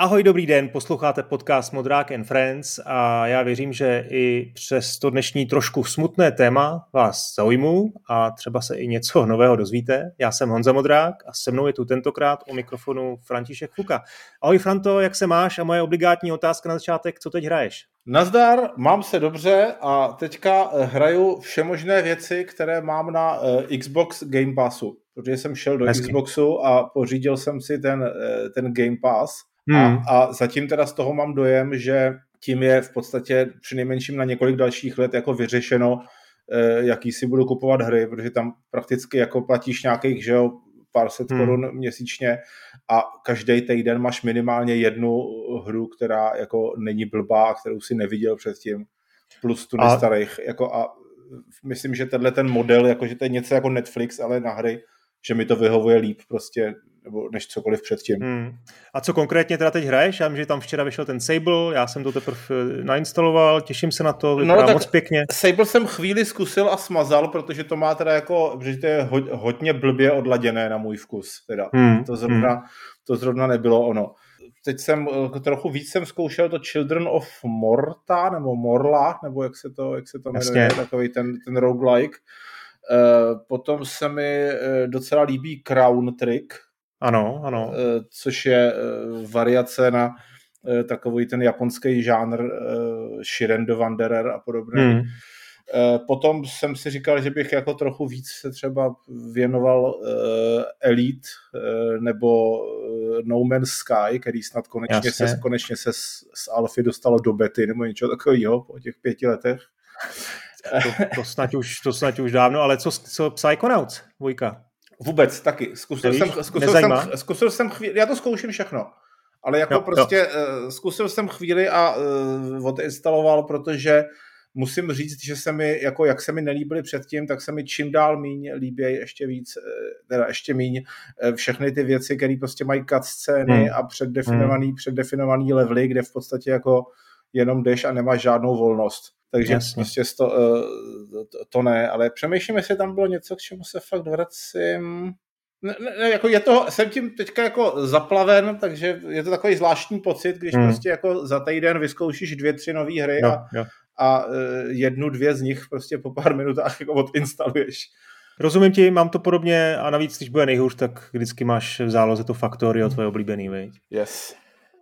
Ahoj, dobrý den, posloucháte podcast Modrák and Friends a já věřím, že i přes to dnešní trošku smutné téma vás zaujmu a třeba se i něco nového dozvíte. Já jsem Honza Modrák a se mnou je tu tentokrát u mikrofonu František Fuka. Ahoj Franto, jak se máš? A moje obligátní otázka na začátek, co teď hraješ? Nazdar, mám se dobře a teďka hraju všemožné věci, které mám na Xbox Game Passu, protože jsem šel do Xboxu a pořídil jsem si ten Game Pass a zatím teda z toho mám dojem, že tím je v podstatě přinejmenším na několik dalších let jako vyřešeno, jaký si budu kupovat hry, protože tam prakticky jako platíš nějakých, že jo, pár set korun měsíčně a každý týden máš minimálně jednu hru, která jako není blbá, kterou si neviděl předtím, plus tu nestarých. Jako a myslím, že tenhle ten model, jako, že to je něco jako Netflix, ale na hry, že mi to vyhovuje líp prostě, nebo než cokoliv předtím. A co konkrétně teda teď hraješ? Já vím, že tam včera vyšel ten Sable, já jsem to teprve nainstaloval, těším se na to, vypadá moc pěkně. Sable jsem chvíli zkusil a smazal, protože to má teda jako, protože to je hodně blbě odladěné na můj vkus. Teda. To zrovna nebylo ono. Teď jsem trochu víc zkoušel to Children of Morta, nebo Morla, nebo jak se to jmenuje, takový ten roguelike. Potom se mi docela líbí Crown Trick. Ano. Což je variace na takový ten japonský žánr Shiren the Wanderer a podobně. Potom jsem si říkal, že bych jako trochu víc se třeba věnoval Elite nebo No Man's Sky, který snad konečně se z alfy dostalo do bety nebo něco takového po těch 5 letech. To snad už dávno, ale co Psychonauts 2? Vůbec taky. Zkusil jsem chvíli, já to zkouším všechno, ale jako zkusil jsem chvíli a odinstaloval, protože musím říct, že se mi, jako jak se mi nelíbily předtím, tak se mi čím dál míň líbí ještě míň všechny ty věci, které prostě mají cutscény a předdefinovaný levely, kde v podstatě jako jenom jdeš a nemáš žádnou volnost. Takže prostě to ne, ale přemýšlím, jestli tam bylo něco, k čemu se fakt vracím. Ne, jako jsem tím teďka jako zaplaven, takže je to takový zvláštní pocit, když prostě jako za týden vyzkoušíš 2-3 nové hry a 1-2 z nich prostě po pár minutách jako odinstaluješ. Rozumím ti, mám to podobně a navíc, když bude nejhůř, tak vždycky máš v záloze to Factorio, tvoje oblíbený, viď? Yes.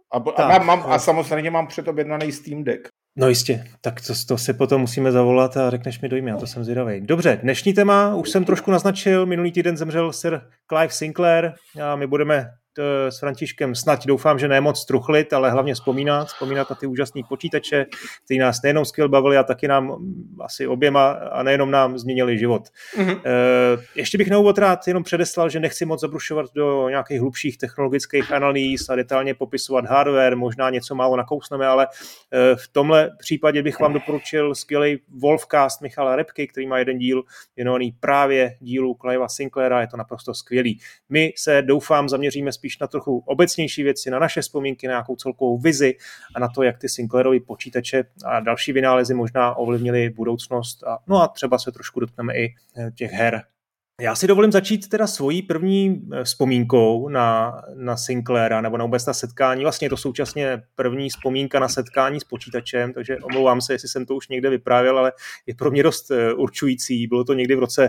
A samozřejmě mám předobjednaný Steam Deck. No jistě, tak to si potom musíme zavolat a řekneš mi dojmy, a to jsem zvědavej. Dobře, dnešní téma už jsem trošku naznačil, minulý týden zemřel Sir Clive Sinclair a my budeme s Františkem snad doufám, že ne moc truchlit, ale hlavně vzpomínat na ty úžasné počítače, který nás nejenom skvěle bavili a taky nám asi oběma a nejenom nám změnili život. Ještě bych na úvod rád jenom předeslal, že nechci moc zabrušovat do nějakých hlubších technologických analýz a detailně popisovat hardware, možná něco málo nakousneme, ale v tomhle případě bych vám doporučil skvělý Wolfcast Michala Repky, který má jeden díl věnovaný právě dílu Clivea Sinclaira, je to naprosto skvělý. My se doufám zaměříme spíš na trochu obecnější věci, na naše vzpomínky, na nějakou celkovou vizi a na to, jak ty Sinclairovy počítače a další vynálezy možná ovlivnily budoucnost a třeba se trošku dotkneme i těch her. Já si dovolím začít teda svojí první vzpomínkou na Sinclaira nebo na vůbec na setkání. Vlastně je to současně první vzpomínka na setkání s počítačem, takže omlouvám se, jestli jsem to už někde vyprávěl, ale je pro mě dost určující. Bylo to někdy v roce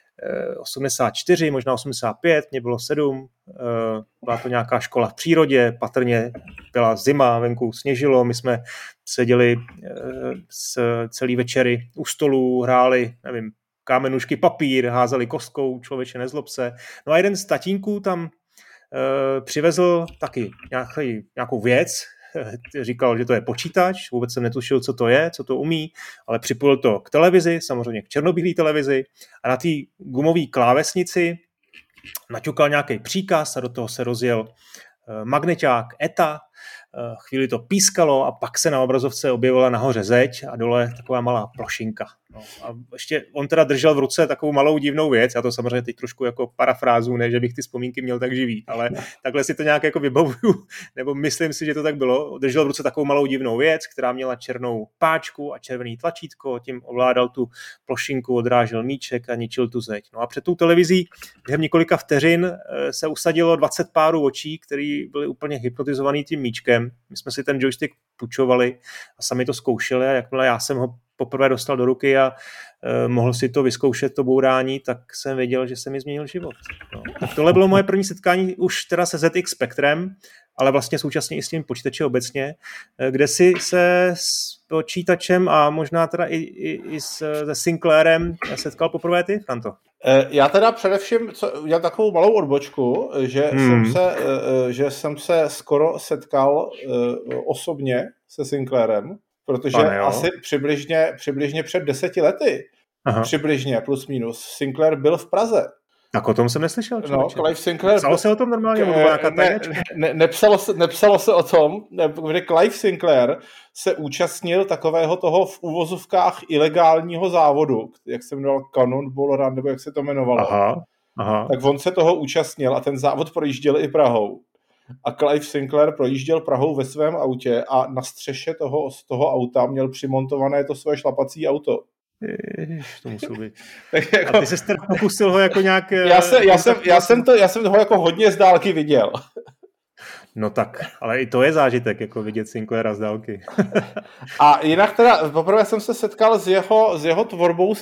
84, možná 85, mě bylo 7, byla to nějaká škola v přírodě, patrně byla zima, venku sněžilo, my jsme seděli celý večery u stolu, hráli, nevím, kámenušky, papír, házeli kostkou, člověče nezlob se. No a jeden z tatínků tam přivezl taky nějakou věc, říkal, že to je počítač, vůbec jsem netušil, co to je, co to umí, ale připojil to k televizi, samozřejmě k černobílé televizi a na té gumové klávesnici naťukal nějaký příkaz a do toho se rozjel magneťák ETA, chvíli to pískalo a pak se na obrazovce objevila nahoře zeď a dole taková malá plošinka. No, a ještě on teda držel v ruce takovou malou divnou věc, já to samozřejmě teď trošku jako parafrázu, ne, že bych ty vzpomínky měl tak živý, ale takhle si to nějak jako vybavuju, nebo myslím si, že to tak bylo. Držel v ruce takovou malou divnou věc, která měla černou páčku a červený tlačítko, tím ovládal tu plošinku, odrážel míček a ničil tu zeď. No a před tou televizí během několika vteřin se usadilo 20 párů očí, který byli úplně hypnotizovaný tím míčkem. My jsme si ten joystick půjčovali a sami to zkoušeli a jakmile já jsem ho poprvé dostal do ruky a mohl si to vyzkoušet, to bourání, tak jsem věděl, že se mi změnil život. No. Tak tohle bylo moje první setkání už teda se ZX Spectrem, ale vlastně současně i s tím počítačem obecně, kde si se s počítačem a možná teda i se Sinclairem setkal poprvé ty, Franto? Já teda především udělal takovou malou odbočku, že jsem se skoro setkal osobně se Sinclairem, protože asi přibližně před 10 lety, přibližně plus minus, Sinclair byl v Praze. Tak o tom jsem neslyšel. No, Clive Sinclair... Psalo se o tom normálně? Nepsalo se o tom, kde Clive Sinclair se účastnil takového toho v uvozovkách ilegálního závodu, jak se jmenoval Cannonball Run, nebo jak se to jmenovalo. Aha. Tak on se toho účastnil a ten závod projížděl i Prahou. A Clive Sinclair projížděl Prahou ve svém autě a na střeše toho auta měl přimontované to své šlapací auto. Ježiš, to musel být. A ty se teda pokusil ho jako nějak... Já jsem toho jako hodně z dálky viděl. No tak, ale i to je zážitek, jako vidět Sinclaira z dálky. A jinak teda, poprvé jsem se setkal s jeho tvorbou,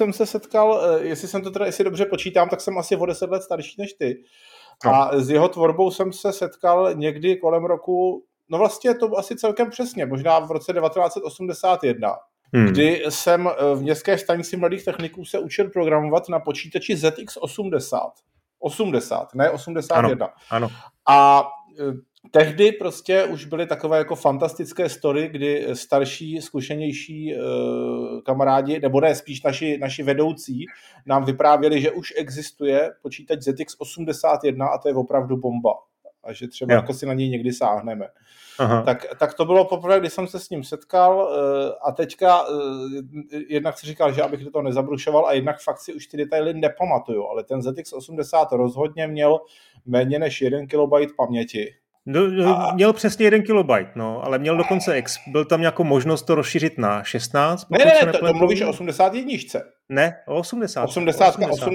jestli dobře počítám, tak jsem asi o 10 let starší než ty. No. A s jeho tvorbou jsem se setkal někdy kolem roku, no vlastně to asi celkem přesně, možná v roce 1981. Kdy jsem v Městské stanici mladých techniků se učil programovat na počítači ZX80. 80, ne 81. Ano. A tehdy prostě už byly takové jako fantastické story, kdy starší, zkušenější kamarádi, nebo ne, spíš naši vedoucí, nám vyprávěli, že už existuje počítač ZX81 a to je opravdu bomba. A že třeba jako si na něj někdy sáhneme. Tak to bylo poprvé, kdy jsem se s ním setkal a teďka jednak si říkal, že abych do toho nezabrušoval a jednak fakt si už ty detaily nepamatuju, ale ten ZX80 rozhodně měl méně než 1 KB paměti. Měl přesně 1 KB, no, ale měl dokonce byl tam nějakou možnost to rozšířit na 16. Ne, to mluvíš o 81. Ne, o 80. 80.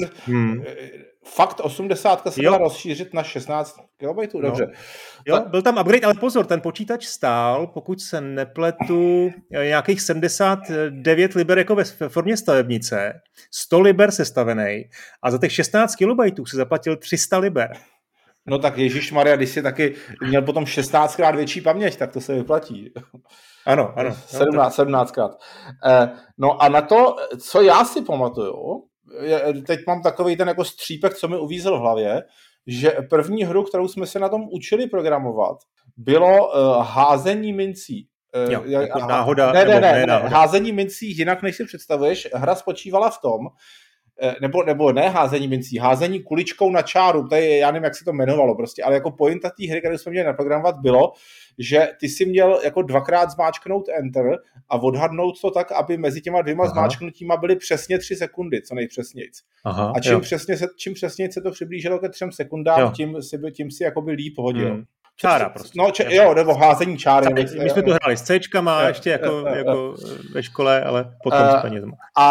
Fakt 80 se dá rozšířit na 16 KB, dobře. Jo, byl tam upgrade, ale pozor, ten počítač stál, pokud se nepletu, nějakých 79 liber jako ve formě stavebnice, 100 liber sestavený a za těch 16 KB si zaplatil 300 liber. No tak ježišmarja, když si taky měl potom 16krát větší paměť, tak to se vyplatí. Ano. 17krát. No a na to, co já si pamatuju, teď mám takový ten jako střípek, co mi uvízl v hlavě, že první hru, kterou jsme se na tom učili programovat, bylo házení mincí. Jako náhoda. Ne, házení mincí jinak, než si představuješ. Hra spočívala v tom, nebo ne házení mincí, házení kuličkou na čáru, to je, já nevím, jak se to jmenovalo prostě, ale jako pointa té hry, kterou jsme měli naprogramovat, bylo, že ty si měl jako 2krát zmáčknout Enter a odhadnout to tak, aby mezi těma dvěma zmáčknutíma byly přesně 3 sekundy, co nejpřesnějc. A čím přesněji se to přiblížilo ke 3 sekundám, tím si jakoby líp hodil. Čára prostě. Nebo házení čáry. My jsme to hráli s C-čkama, ještě jako ve škole, ale potom s penězma.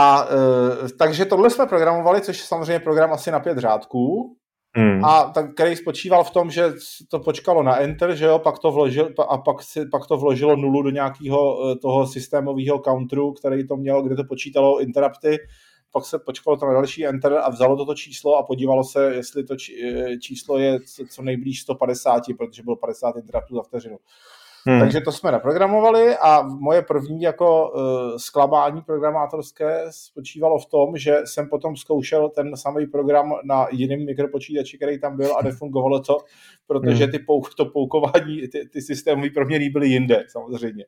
Takže tohle jsme programovali, což je samozřejmě program asi na 5 řádků. Který spočíval v tom, že to počkalo na Enter, že jo, pak to vložilo 0 do nějakého toho systémového counteru, který to mělo, kde to počítalo interrupty, pak se počkalo to na další Enter a vzalo toto číslo a podívalo se, jestli to číslo je co nejblíž 150, protože bylo 50 interruptů za vteřinu. Takže to jsme naprogramovali a moje první jako zklamání programátorské spočívalo v tom, že jsem potom zkoušel ten samý program na jiném mikropočítači, který tam byl a nefungovalo to, protože to poukování, ty systémové proměny byly jinde samozřejmě.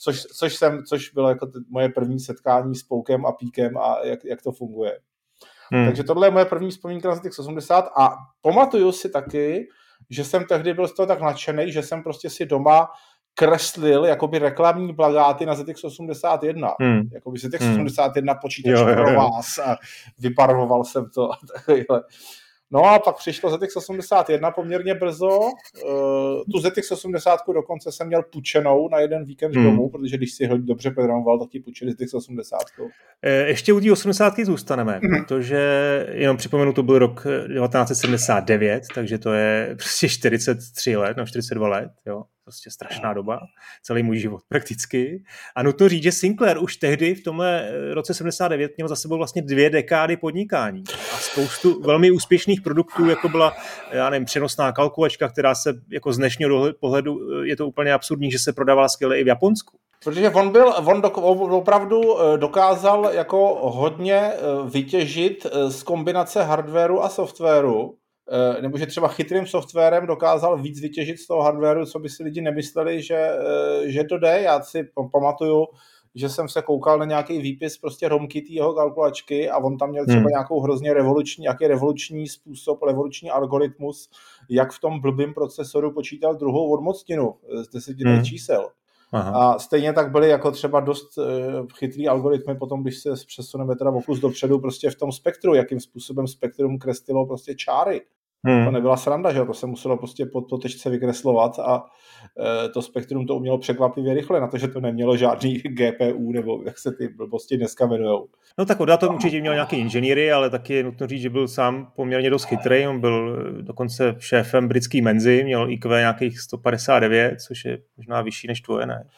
Což bylo jako moje první setkání s poukem a píkem a jak to funguje. Takže tohle je moje první vzpomínka na ZX80 a pamatuju si taky, že jsem tehdy byl z toho tak nadšený, že jsem prostě si doma kreslil jakoby reklamní plakáty na ZX81. Jakoby ZX81 počítač pro vás a vybarvoval jsem to a takovýhle. No a pak přišlo ZX81 poměrně brzo. Tu ZX80 dokonce jsem měl půjčenou na jeden víkend domů, protože když si dobře programoval, tak ti půjčili ZX80. Ještě u té 80 zůstaneme, protože jenom připomenu, to byl rok 1979, takže to je prostě 43 let, 42 let, jo. Prostě strašná doba, celý můj život prakticky. A nutno říct, že Sinclair už tehdy v tomhle roce 79 měl za sebou vlastně 2 dekády podnikání a spoustu velmi úspěšných produktů, jako byla, já nevím, přenosná kalkulačka, která se jako z dnešního pohledu je to úplně absurdní, že se prodávala skvěle i v Japonsku. Protože on opravdu dokázal jako hodně vytěžit z kombinace hardwaru a softwaru, nebo že třeba chytrým softwarem dokázal víc vytěžit z toho hardwaru, co by si lidi nemysleli, že to jde. Já si pamatuju, že jsem se koukal na nějaký výpis prostě romky té jeho kalkulačky a on tam měl třeba nějakou hrozně revoluční způsob, revoluční algoritmus, jak v tom blbým procesoru počítal druhou odmocninu z 10 čísel. Aha. A stejně tak byly jako třeba dost chytrý algoritmy potom, když se přesuneme teda o kus dopředu prostě v tom spektru, jakým způsobem spektrum kreslilo prostě čáry. To nebyla sranda, že to se muselo prostě po tečce vykreslovat a to spektrum to umělo překvapivě rychle na to, že to nemělo žádný GPU nebo jak se ty blbosti dneska jmenujou. No tak Oda to určitě měl nějaký inženýry, ale taky je nutno říct, že byl sám poměrně dost chytrý. On byl dokonce šéfem britský Menzy, měl IQ nějakých 159, což je možná vyšší než tvoje, ne?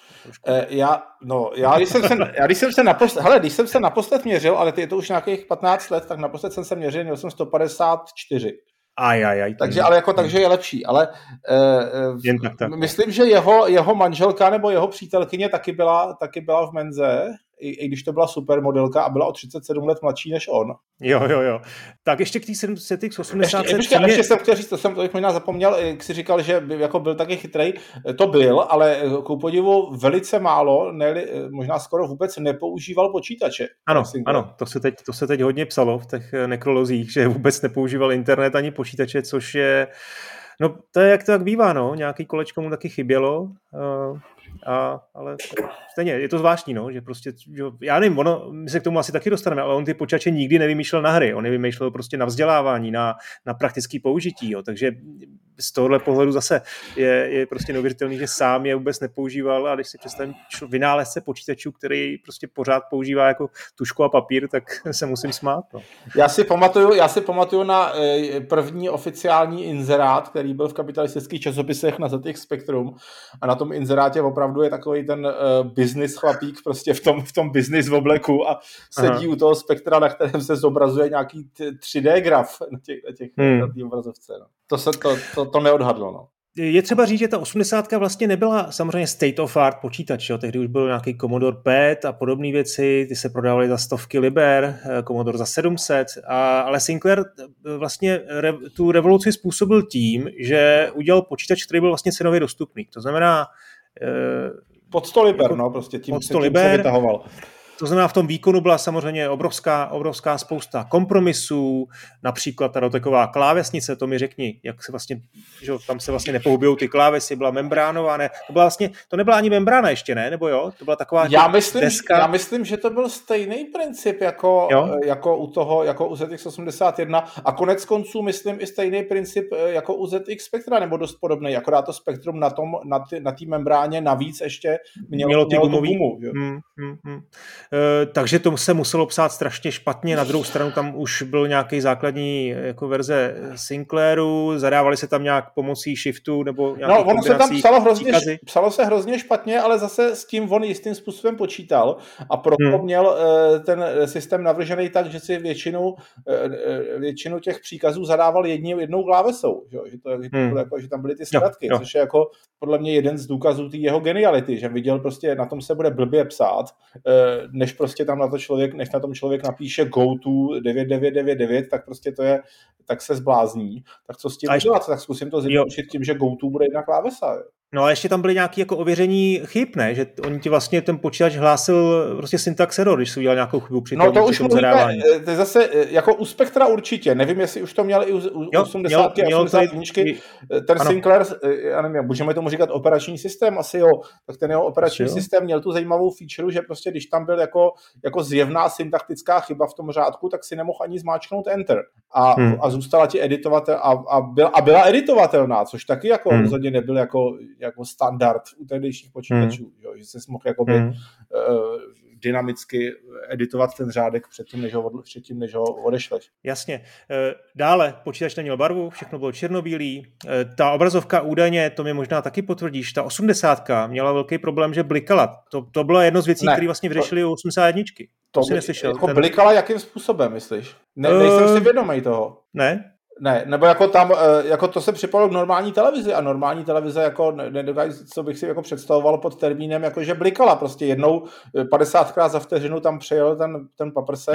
Když jsem se naposled měřil, ale je to už nějakých 15 let, tak naposled jsem se měřil, měl jsem 154. Takže je lepší, ale tak. Myslím, že jeho manželka nebo jeho přítelkyně taky byla v Menze, i když to byla supermodelka a byla o 37 let mladší než on. Jo. Tak ještě k té 780. Ještě jsem chtěl říct, to jsem možná zapomněl, jak jsi říkal, že jako byl taky chytrej, to byl, ale ku podivu velice málo, možná skoro vůbec nepoužíval počítače. Ano, to se teď hodně psalo v těch nekrolozích, že vůbec nepoužíval internet ani počítače, což je, no to je jak to tak bývá, no, nějaký kolečko mu taky chybělo, ale stejně, je to zvláštní, no, že prostě, já nevím, my se k tomu asi taky dostaneme, ale on ty počítače nikdy nevymýšlel na hry, on je vymýšlel prostě na vzdělávání, na praktické použití, jo, takže z tohohle pohledu zase je prostě neuvěřitelný, že sám je vůbec nepoužíval a když si představím vynálezce počítačů, který prostě pořád používá jako tužku a papír, tak se musím smát, no. Já si pamatuju na první oficiální inzerát, který byl v kapitalistických časopisech na ZX Spectrum a na tom inzerátě opravdu je takový ten business chlapík prostě v tom business obleku a sedí u toho spektra, na kterém se zobrazuje nějaký 3D graf na té obrazovce. No. To neodhadlo. No. Je třeba říct, že ta 80 vlastně nebyla samozřejmě state of art počítač. Jo? Tehdy už byl nějaký Commodore PET a podobné věci, ty se prodávaly za stovky liber, Commodore za 700, ale Sinclair vlastně tu revoluci způsobil tím, že udělal počítač, který byl vlastně cenově dostupný. To znamená pod 100 liber, no, prostě tím se vytahoval. To znamená, v tom výkonu byla samozřejmě obrovská spousta kompromisů, například ta doteková klávesnice, to mi řekni, jak se vlastně, že tam se vlastně nepohybujou ty klávesy, byla membránová, ne? To nebyla ani membrána ještě, ne? Nebo jo? To byla taková deska. Já myslím, že to byl stejný princip jako u ZX81 a konec konců myslím i stejný princip jako u ZX Spectra, nebo dost podobný, akorát to spektrum na té membráně navíc ještě mělo ty gumu. Takže to se muselo psát strašně špatně, na druhou stranu tam už byl nějaký základní jako verze Sinclairu, zadávali se tam nějak pomocí shiftu nebo nějakých ono se tam psalo se hrozně špatně, ale zase s tím on jistým způsobem počítal a proto měl ten systém navržený tak, že si většinu těch příkazů zadával jednou klávesou, že tam byly ty zkratky, což je jako podle mě jeden z důkazů té jeho geniality, že viděl prostě, na tom se bude blbě psát, než prostě tam než na tom člověk napíše go to 9999, tak prostě tak se zblázní. Tak co s tím udělat? Tak zkusím to zjednodušit tím, že go to bude jedna klávesa. No a ještě tam byly nějaké jako ověření chyb, ne? Že oni ti vlastně ten počítač hlásil prostě syntax error, když jsi udělal nějakou chybu při tom zadávání. To je zase jako u Spectra určitě, nevím, jestli už to měl i u 80 a 81. Ten ano. Sinclair, já nevím, můžeme tomu říkat operační systém, asi jo, tak ten jeho operační systém měl tu zajímavou feature, že prostě když tam byl jako zjevná syntaktická chyba v tom řádku, tak si nemohl ani zmáčknout Enter. A zůstala ti editovatel a byla editovatelná, což taky jako rozhodně nebyl jako standard u tehdejších počítačů, že jsi mohl jakoby dynamicky editovat ten řádek předtím, než ho odešleš. Jasně. Dále počítač neměl barvu, všechno bylo černobílý. Ta obrazovka údajně, to mi možná taky potvrdíš, ta 80 měla velký problém, že blikala. To bylo jedno z věcí, které vlastně vyřešili u 81. To si neslyšel. Jako blikala jakým způsobem, myslíš? Nejsem si vědomý toho. Ne, nebo jako tam, jako to se připojilo k normální televizi a normální televize jako nedokážu, co bych si jako představoval pod termínem, jako že blikala prostě jednou 50krát za vteřinu tam přejel ten paprsek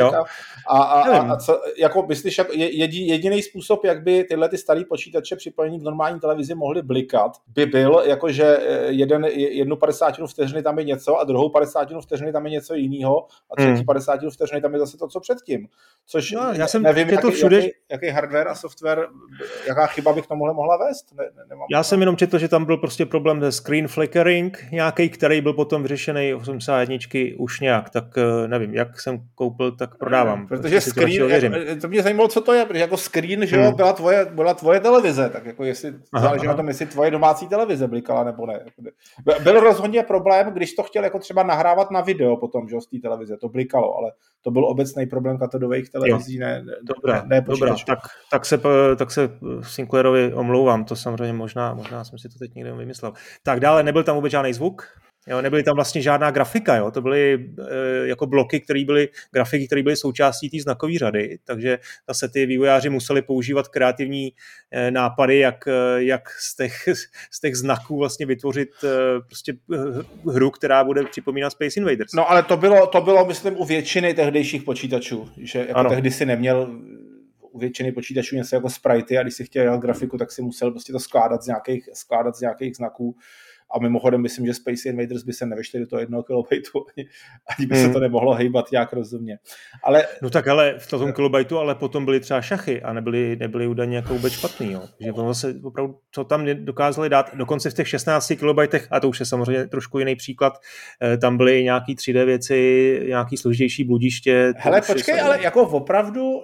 a co, jako myslíš, jediný způsob, jak by tyhle ty starý počítače připojení k normální televizi mohly blikat, by byl, jakože jednu 50 vteřiny tam je něco a druhou 50 vteřiny tam je něco jiného a třetí 50 vteřiny tam je zase to, co předtím. Což já jsem nevím, jaký hardware a software, jaká chyba by k tomu mohla vést? Já jsem jenom četl, že tam byl prostě problém se screen flickering nějaký, který byl potom vyřešený 81 už nějak, tak nevím, jak jsem koupil, tak prodávám. Protože screen, to mě zajímalo, co to je, protože jako screen, že jo, byla tvoje televize, tak jako jestli záleží na tom, jestli tvoje domácí televize blikala nebo ne. Byl rozhodně problém, když to chtěl jako třeba nahrávat na video potom, že jo, z té televize, to blikalo, ale to byl obecný problém katodových televizí, ne počítačů. Tak se Sinclairovi omlouvám, to samozřejmě možná jsem si to teď někde vymyslel. Tak dále nebyl tam vůbec žádný zvuk, jo, nebyly tam vlastně žádná grafika, jo, to byly jako bloky, grafiky, které byly součástí té znakové řady, takže zase ty vývojáři museli používat kreativní nápady, jak z těch znaků vlastně vytvořit prostě hru, která bude připomínat Space Invaders. No ale to bylo myslím u většiny tehdejších počítačů, že jako tehdy si neměl u většiny počítačů něco jako sprite a když si chtěl dělat grafiku, tak si musel prostě to skládat z nějakých znaků. A mimochodem myslím, že Space Invaders by se nevešli do toho 1 kilobajtu, ani by se to nemohlo hejbat nějak rozumně. No tak ale v tom kilobajtu, ale potom byly třeba šachy a nebyly údajně jako vůbec špatný. Jo. Že ono se opravdu, co tam dokázali dát, dokonce v těch 16 kilobajtech, a to už je samozřejmě trošku jiný příklad, tam byly nějaký 3D věci, nějaký složitější bludiště. Hele, počkej, ale jako opravdu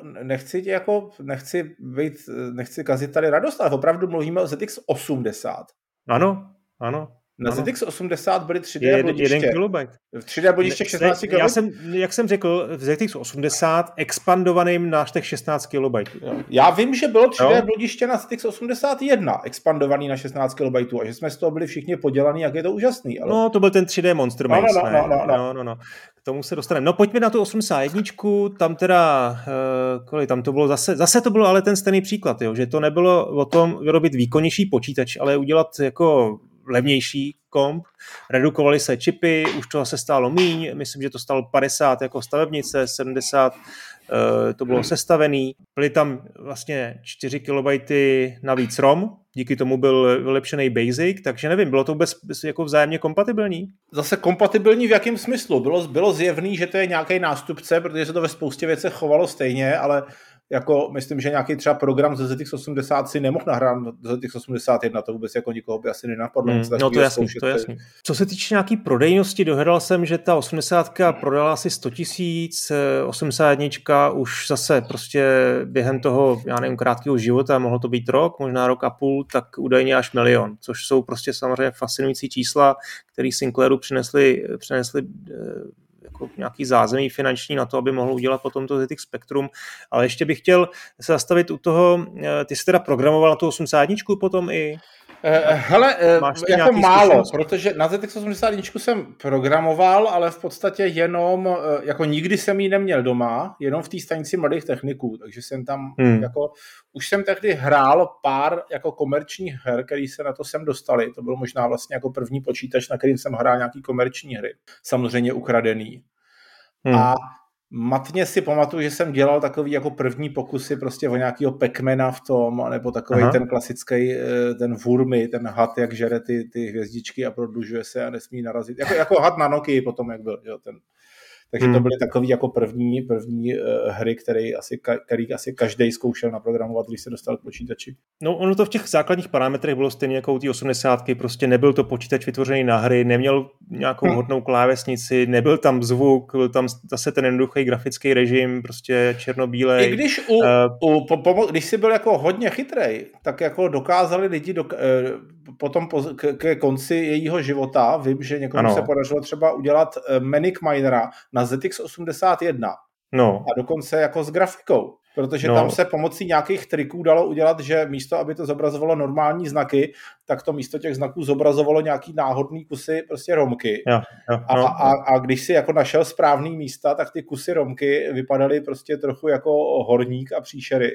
nechci kazit tady radost, ale opravdu mluvíme o ZX 80. Ano. Na ZX 80 byly 3D bludiště. 1 kilobajt. 3D bludiště 16 KB. Jak jsem řekl, v ZX 80 expandovaným na těch 16 KB. Já vím, že bylo 3D bludiště na ZX 81 expandovaný na 16 KB a že jsme z toho byli všichni podělaný, jak je to úžasný. Ale... No, to byl ten 3D Monster Maze. No. K tomu se dostaneme. No, pojďme na tu 81, tam teda, tam to bylo zase to bylo ale ten stejný příklad, jo, že to nebylo o tom vyrobit výkonnější počítač, ale udělat jako levnější komp, redukovaly se čipy, už to se stálo míň, myslím, že to stálo 50 jako stavebnice, 70 to bylo sestavený, byly tam vlastně 4 KB navíc ROM, díky tomu byl vylepšený BASIC, takže nevím, bylo to vůbec jako vzájemně kompatibilní? Zase kompatibilní v jakém smyslu? Bylo zjevný, že to je nějaký nástupce, protože se to ve spoustě věcech chovalo stejně, ale jako myslím, že nějaký třeba program ze ZX80 si nemohl nahrát do ZX81, to vůbec jako nikoho by asi nenapadlo. No to je jasný. Co se týče nějaký prodejnosti, dohledal jsem, že ta 80 prodala asi 100 000, 81 už zase prostě během toho, já nevím, krátkého života, mohlo to být rok, možná rok a půl, tak údajně až 1 000 000, což jsou prostě samozřejmě fascinující čísla, které Sinclairu přinesly jako nějaký zázemí finanční na to, aby mohl udělat potom to ZX Spectrum. Ale ještě bych chtěl se zastavit u toho, ty jsi teda programoval na tu 81 potom i? Hele, jako málo, protože na ZX81 jsem programoval, ale v podstatě jenom, jako nikdy jsem ji neměl doma, jenom v té stanici mladých techniků, takže jsem tam jako, už jsem tehdy hrál pár jako komerčních her, které se na to sem dostali, to byl možná vlastně jako první počítač, na kterým jsem hrál nějaký komerční hry, samozřejmě ukradený. A matně si pamatuju, že jsem dělal takový jako první pokusy prostě o nějakýho Pac-Mana v tom, nebo takový ten klasický, ten Wurmy, ten had, jak žere ty hvězdičky a prodlužuje se a nesmí narazit. Jako had na Nokii potom, jak byl, jo, ten. Takže to byly takový jako první hry, který asi každý zkoušel naprogramovat, když se dostal k počítači. No ono to v těch základních parametrech bylo stejně jako u té 80, prostě nebyl to počítač vytvořený na hry, neměl nějakou hodnou klávesnici, nebyl tam zvuk, byl tam zase ten jednoduchý grafický režim, prostě černobílej. I když když jsi byl jako hodně chytrej, tak jako dokázali lidi potom ke konci jejího života, vím, že někomu se podařilo třeba udělat Manic Minera na ZX81. No. A dokonce jako s grafikou. Protože tam se pomocí nějakých triků dalo udělat, že místo, aby to zobrazovalo normální znaky, tak to místo těch znaků zobrazovalo nějaký náhodný kusy prostě romky. A když si jako našel správný místa, tak ty kusy romky vypadaly prostě trochu jako horník a příšery.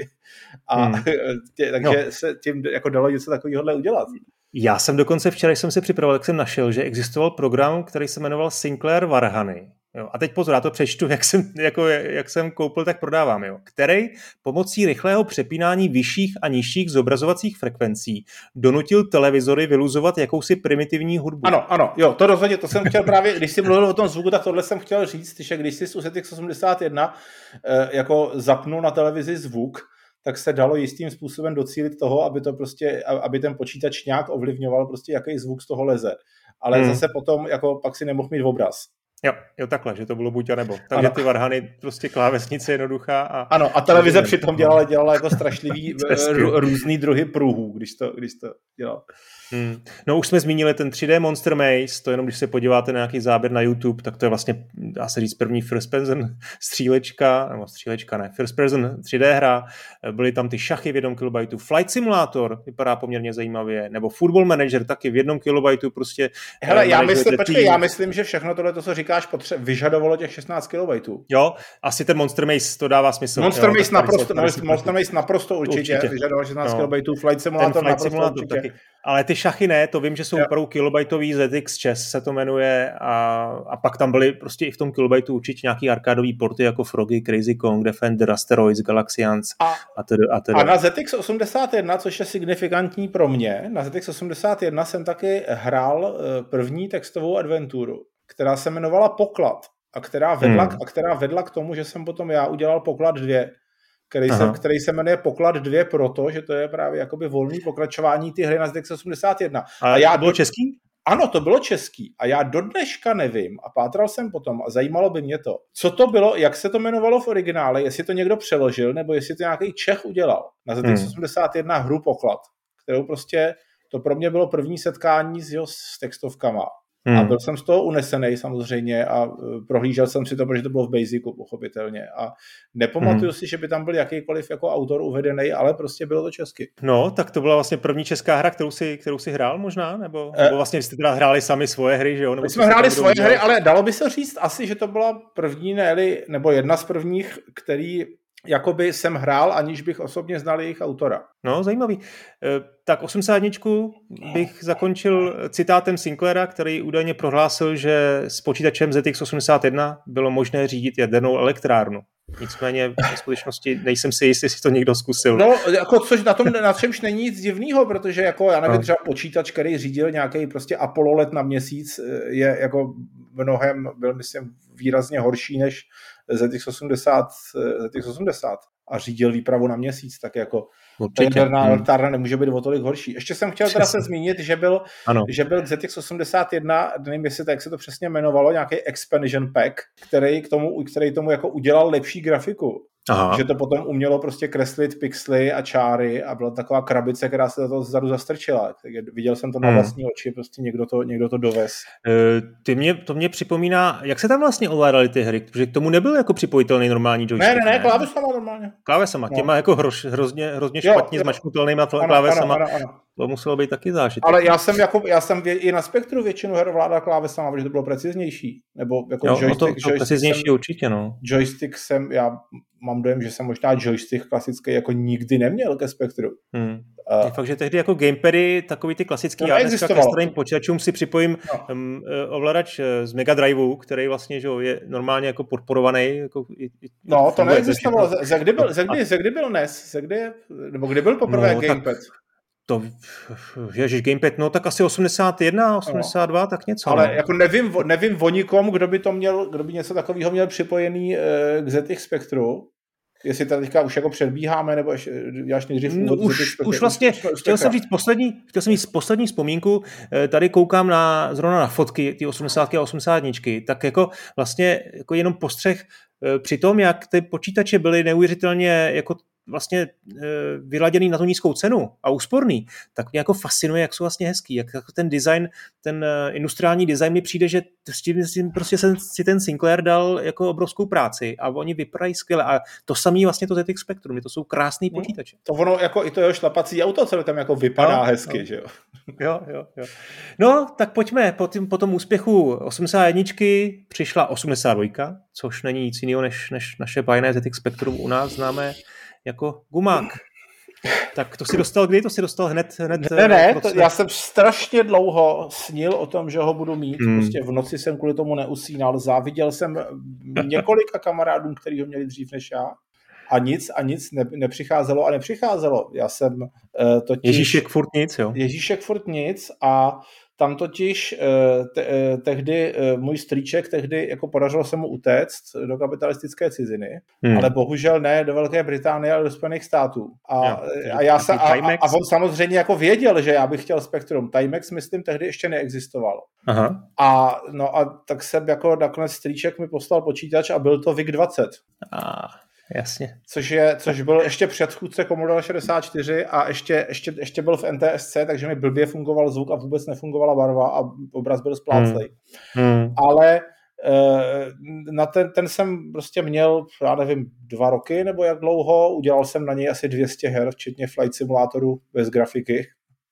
Takže se tím jako dalo něco takového udělat. Já jsem dokonce včera, když jsem se připravoval, tak jsem našel, že existoval program, který se jmenoval Sinclair Varhany. Jo, a teď pozor, já to přečtu, jak jsem koupil, tak prodávám. Jo, který pomocí rychlého přepínání vyšších a nižších zobrazovacích frekvencí donutil televizory vyluzovat jakousi primitivní hudbu. Ano, jo, to rozhodně, to jsem chtěl právě, když jsi mluvil o tom zvuku, tak tohle jsem chtěl říct, že když jsi u ZX81 jako zapnul na televizi zvuk, tak se dalo jistým způsobem docílit toho, aby to prostě, aby ten počítač nějak ovlivňoval prostě, jaký zvuk z toho leze. Ale zase potom, jako pak si nemohl mít obraz. Jo, takhle, že to bylo buď a nebo. Takže ty varhany, prostě klávesnice jednoduchá. Ano, a televize přitom dělala jako strašlivý různý druhy pruhů, když to dělal. No už jsme zmínili ten 3D Monster Maze, to jenom když se podíváte na nějaký záběr na YouTube, tak to je vlastně, dá se říct, první first person first person 3D hra, byly tam ty šachy v 1 KB, Flight Simulator vypadá poměrně zajímavě, nebo Football Manager taky v 1 KB prostě. Hele, já myslím, že všechno tohle, to, co říkáš, vyžadovalo těch 16 KB. Jo, asi ten Monster Maze, to dává smysl. Monster Maze naprosto určitě vyžadoval 16 KB, Flight Simulator naprosto určitě. Taky. Ale ty šachy ne, to vím, že jsou opravdu kilobajtový, ZX Chess se to jmenuje a pak tam byly prostě i v tom kilobajtu určitě nějaký arkádový porty jako Froggy, Crazy Kong, Defender, Asteroids, Galaxians a teda. A na ZX81, což je signifikantní pro mě, na ZX81 jsem taky hrál první textovou adventuru, která se jmenovala Poklad a která vedla k tomu, že jsem potom já udělal Poklad 2. Který se jmenuje Poklad 2 proto, že to je právě jakoby volný pokračování ty hry na ZX81. A to bylo český? Ano, to bylo český. A já do dneška nevím a pátral jsem potom a zajímalo by mě to. Co to bylo, jak se to jmenovalo v originále, jestli to někdo přeložil, nebo jestli to nějaký Čech udělal. Na ZX81 hru Poklad, kterou prostě, to pro mě bylo první setkání s textovkama. A byl jsem z toho unesený samozřejmě a prohlížel jsem si to, protože to bylo v Basicu, pochopitelně. A nepamatuju si, že by tam byl jakýkoliv jako autor uvedený, ale prostě bylo to česky. No, tak to byla vlastně první česká hra, kterou si hrál možná? Nebo vlastně jste teda hráli sami svoje hry, že jo? My jsme hráli svoje hry, ale dalo by se říct asi, že to byla první, nebo jedna z prvních, který jakoby jsem hrál, aniž bych osobně znal jejich autora. No, zajímavý. Tak 81 bych zakončil citátem Sinclaira, který údajně prohlásil, že s počítačem ZX81 bylo možné řídit jadernou elektrárnu. Nicméně v skutečnosti nejsem si jistý, jestli to někdo zkusil. No, jako což na čemž není nic divného, protože jako já nevím, třeba počítač, který řídil nějaký prostě Apollo let na měsíc, je jako byl myslím výrazně horší než ZX80 a řídil výpravu na měsíc, tak jako jaderná elektrárna nemůže být o tolik horší. Ještě jsem chtěl teda se zmínit, že byl ZX81, nevím, jestli tak se to přesně jmenovalo, nějaký expansion pack, který tomu jako udělal lepší grafiku. Aha. Že to potom umělo prostě kreslit pixely a čáry a byla taková krabice, která se do toho zadu zastrčila. Viděl jsem to na vlastní oči, prostě někdo to dovez. To mě připomíná, jak se tam vlastně ovládaly ty hry, protože k tomu nebyl jako připojitelný normální joystick. Ne, klávesama normálně. Klávesama, těma jako hrozně špatně zmačknutelnýma klávesama. Ano. To muselo být taky zážitek. Ale já jsem i na Spektru většinu her ovládal klávesama, protože to bylo preciznější. Nebo jako joystick preciznější určitě, no. Já mám dojem, že jsem možná joystick klasický jako nikdy neměl ke Spektru. Je fakt, že tehdy jako gamepady, takový ty klasický, já dneska ke starým počítačům si připojím ovladač z Mega Driveu, který vlastně že je normálně jako podporovaný. Jako to neexistovalo. Ze kdy byl NES? Nebo kdy byl poprvé gamepad? To, ježiš, gamepad, tak asi 81, 82, tak něco. Ale jako nevím o nikom, kdo by něco takového měl připojený k ZX Spectru. Jestli tady teďka už jako předbíháme, nebo až nejdřív už vlastně, chtěl jsem říct poslední vzpomínku, tady koukám zrovna na fotky, ty 80 a 81, tak jako vlastně jako jenom postřeh při tom, jak ty počítače byly neuvěřitelně jako vlastně vyladěný na tu nízkou cenu a úsporný, tak mě jako fascinuje, jak jsou vlastně hezký, jak ten design, ten industriální design mi přijde, že prostě si ten Sinclair dal jako obrovskou práci a oni vypadají skvěle a to samý vlastně to ZX Spectrum, to jsou krásný počítače. To ono jako i to jeho šlapací auto, co tam jako vypadá hezky, že jo? Jo. No, tak pojďme, po tom úspěchu 81 přišla 82, což není nic jiného než naše bajné ZX Spectrum u nás známé jako gumák. Tak to si dostal kdy? To si dostal hned? Ne, já jsem strašně dlouho snil o tom, že ho budu mít. Prostě v noci jsem kvůli tomu neusínal. Záviděl jsem několika kamarádům, kteří ho měli dřív než já. A nic nepřicházelo. Já jsem totiž... Ježíšek furt nic a tam totiž tehdy můj strýček jako podařilo se mu utéct do kapitalistické ciziny, ale bohužel ne do Velké Británie, ale do Spojených států. A on samozřejmě jako věděl, že já bych chtěl Spectrum. Timex, myslím, tehdy ještě neexistoval. Aha. A tak jsem jako nakonec strýček mi poslal počítač a byl to VIC-20. Jasně. Což byl ještě předchůdce Commodore 64 a ještě byl v NTSC, takže mi blbě fungoval zvuk a vůbec nefungovala barva a obraz byl spláclej. Ale na ten jsem prostě měl, já nevím, 2 roky nebo jak dlouho, udělal jsem na něj asi 200 her, včetně flight simulátoru bez grafiky,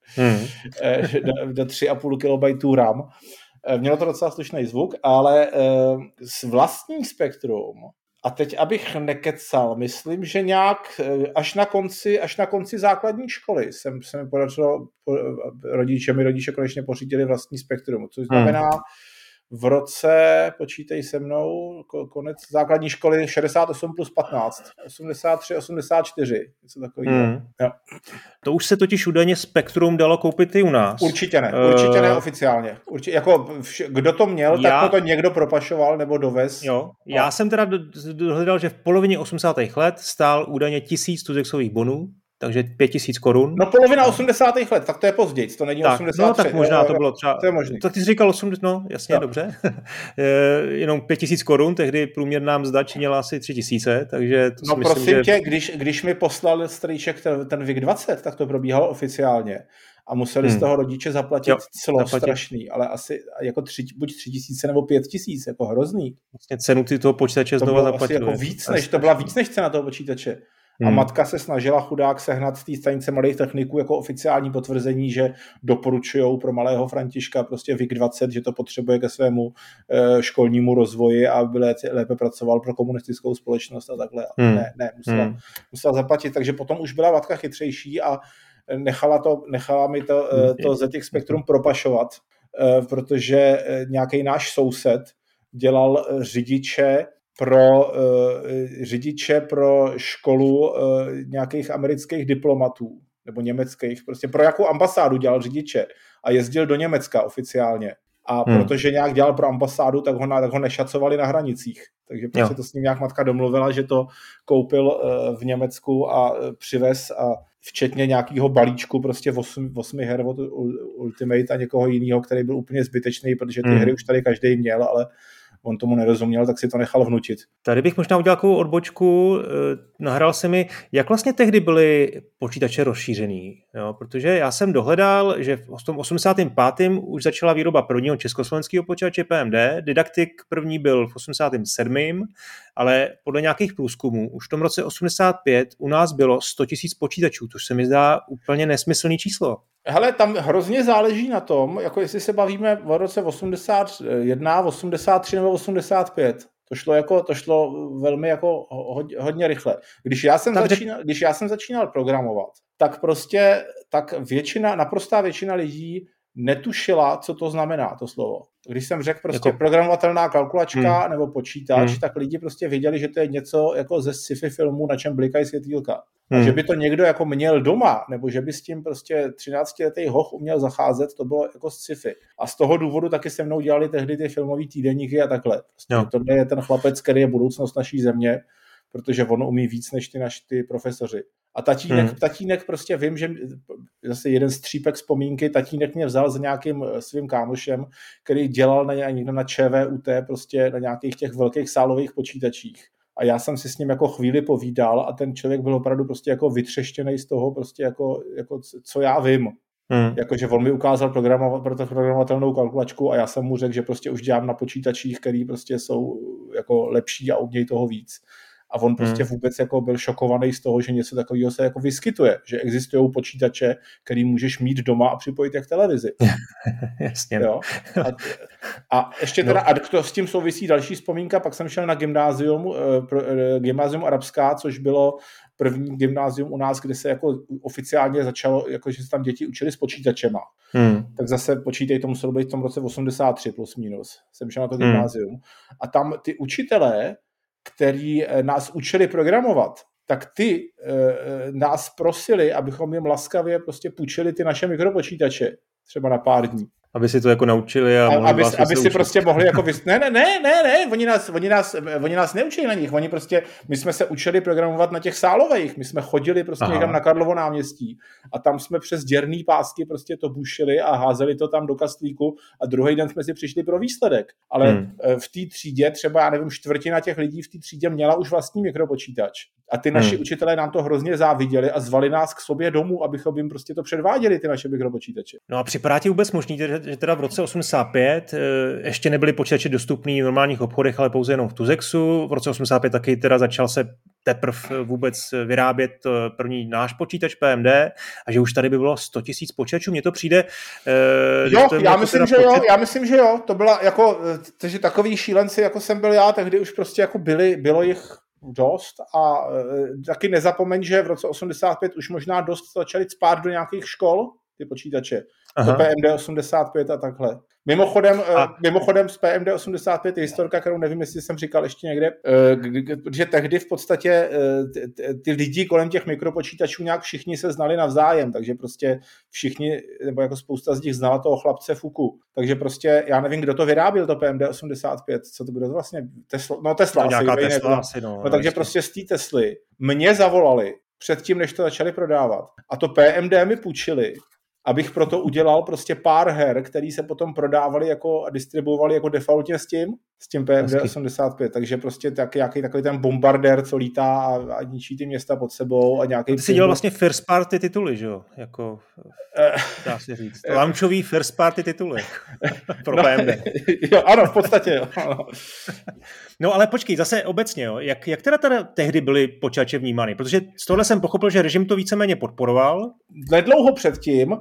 do 3,5 KB RAM. Mělo to docela slušný zvuk, ale s vlastní Spektrum. A teď, abych nekecal, myslím, že nějak až na konci základní školy se mi podařilo, rodiče konečně pořídili vlastní Spektrum, což znamená v roce, počítej se mnou, konec základní školy 68 plus 15, 83, 84, něco takového. To už se totiž údajně Spektrum dalo koupit i u nás. Určitě ne oficiálně. Kdo to měl, tak to někdo propašoval nebo dovez. Jo. Já jsem teda dohledal, že v polovině 80. let stál údajně 1000 tuzexových bonů, takže 5000 korun. No polovina 80. let, tak to je později, to není 83. No tak možná to bylo třeba... To je možný. Tak ty jsi říkal 80, no jasně, dobře. Jenom 5000 korun, tehdy průměrná mzda činila asi 3000, takže to si myslím, prosím tě, když mi poslal strýček ten VIC-20, tak to probíhalo oficiálně. A museli z toho rodiče zaplatit strašný, ale asi jako buď 3000 nebo 5000, jako hrozný. Vlastně cenu toho počítače znova zaplatili. To byla víc než cena toho počítače. A matka se snažila chudák sehnat z té stanice malých techniků jako oficiální potvrzení, že doporučujou pro malého Františka prostě VIC-20, že to potřebuje ke svému školnímu rozvoji a aby lépe pracoval pro komunistickou společnost a takhle. Musela zaplatit, takže potom už byla matka chytřejší a nechala mi to ZX Spectrum propašovat, protože nějaký náš soused dělal řidiče pro školu nějakých amerických diplomatů nebo německých, prostě pro jakou ambasádu dělal řidiče a jezdil do Německa oficiálně. A protože nějak dělal pro ambasádu, tak ho nešacovali na hranicích. Takže prostě to s ním nějak matka domluvila, že to koupil v Německu a přivez a včetně nějakého balíčku prostě 8 her od Ultimate a někoho jiného, který byl úplně zbytečný, protože ty hry už tady každý měl, ale on tomu nerozuměl, tak si to nechal vnutit. Tady bych možná udělal takovou odbočku, nahrál se mi, jak vlastně tehdy byly počítače rozšířený, jo? Protože já jsem dohledal, že v tom 85. už začala výroba prvního československého počítače PMD, Didaktik první byl v 87., ale podle nějakých průzkumů už v tom roce 85 u nás bylo 100 000 počítačů, což se mi zdá úplně nesmyslný číslo. Hele, tam hrozně záleží na tom, jako jestli se bavíme o roce 81, 83 nebo 85. To šlo velmi jako hodně rychle. Když já jsem začínal programovat, tak prostě naprostá většina lidí netušila, co to znamená, to slovo. Když jsem řekl prostě jako programovatelná kalkulačka nebo počítač, tak lidi prostě věděli, že to je něco jako ze sci-fi filmu, na čem blikají světýlka. A že by to někdo jako měl doma, nebo že by s tím prostě 13letý hoch uměl zacházet, to bylo jako sci-fi. A z toho důvodu taky se mnou dělali tehdy ty filmový týdeníky a takhle. Prostě tohle je ten chlapec, který je budoucnost naší země, protože on umí víc než ty profesoři. A tatínek prostě vím, že zase jeden střípek vzpomínky, tatínek mě vzal za nějakým svým kámošem, který dělal někdo na ČVUT, prostě na nějakých těch velkých sálových počítačích. A já jsem si s ním jako chvíli povídal a ten člověk byl opravdu prostě jako vytřeštěnej z toho, prostě jako co já vím. Jakože on mi ukázal programovatelnou kalkulačku a já jsem mu řekl, že prostě už dělám na počítačích, který prostě jsou jako lepší a umějí toho víc. A on prostě vůbec jako byl šokovaný z toho, že něco takového se jako vyskytuje, že existují počítače, který můžeš mít doma a připojit jak televizi. Jasně. Jo? A ještě teda, a to s tím souvisí další vzpomínka, pak jsem šel na gymnázium arabská, což bylo první gymnázium u nás, kde se jako oficiálně začalo, jako že se tam děti učili s počítačema. Tak zase počítej, to muselo být v tom roce 83 plus minus. Jsem šel na to gymnázium. A tam ty učitelé, který nás učili programovat, tak ty nás prosili, abychom jim laskavě prostě půjčili ty naše mikropočítače, třeba na pár dní. Aby si to jako naučili a aby si prostě mohli jako Ne, oni nás neučili na nich, my jsme se učili programovat na těch sálových, my jsme chodili prostě někam na Karlovo náměstí a tam jsme přes děrný pásky prostě to bušili a házeli to tam do kastlíku a druhý den jsme si přišli pro výsledek. Ale v té třídě třeba, já nevím, čtvrtina těch lidí v té třídě měla už vlastní mikropočítač. A ty naši učitelé nám to hrozně záviděli a zvali nás k sobě domů, abychom jim prostě to předváděli, ty naše mikropočítače. No a připadá ti vůbec možný, že teda v roce 85 ještě nebyly počítače dostupný v normálních obchodech, ale pouze jenom v Tuzexu. V roce 85 taky teda začal se teprve vůbec vyrábět první náš počítač PMD a že už tady by bylo 100 000 počítačů. Mně to přijde... Já myslím, že jo. To byla jako, takže takový šílenci, jako jsem byl já, tehdy už prostě jako bylo jich dost a taky nezapomeň, že v roce 85 už možná dost začali cpát do nějakých škol ty počítače. To PMD 85 a takhle. Mimochodem z PMD 85 je historka, kterou nevím, jestli jsem říkal ještě někde, že tehdy v podstatě ty lidi kolem těch mikropočítačů nějak všichni se znali navzájem, takže prostě všichni, nebo jako spousta z nich znala toho chlapce Fuku. Takže prostě já nevím, kdo to vyráběl, to PMD 85, kdo to vlastně, Tesla. Takže prostě z té Tesly mě zavolali předtím, než to začali prodávat. A to PMD mi půjčili, abych proto udělal prostě pár her, který se potom prodávali jako a distribuovali jako defaultně s tím PMD 85, takže prostě nějaký takový ten bombardér, co lítá a ničí ty města pod sebou a nějaký... Ty jsi dělal vlastně first party tituly, že jo? Jako, dá se říct. Launchový first party tituly pro PMD. Jo, ano, v podstatě jo. No ale počkej, zase obecně, jo, jak teda tehdy byly počítače vnímány? Protože z tohle jsem pochopil, že režim to víceméně podporoval. Nedlouho předtím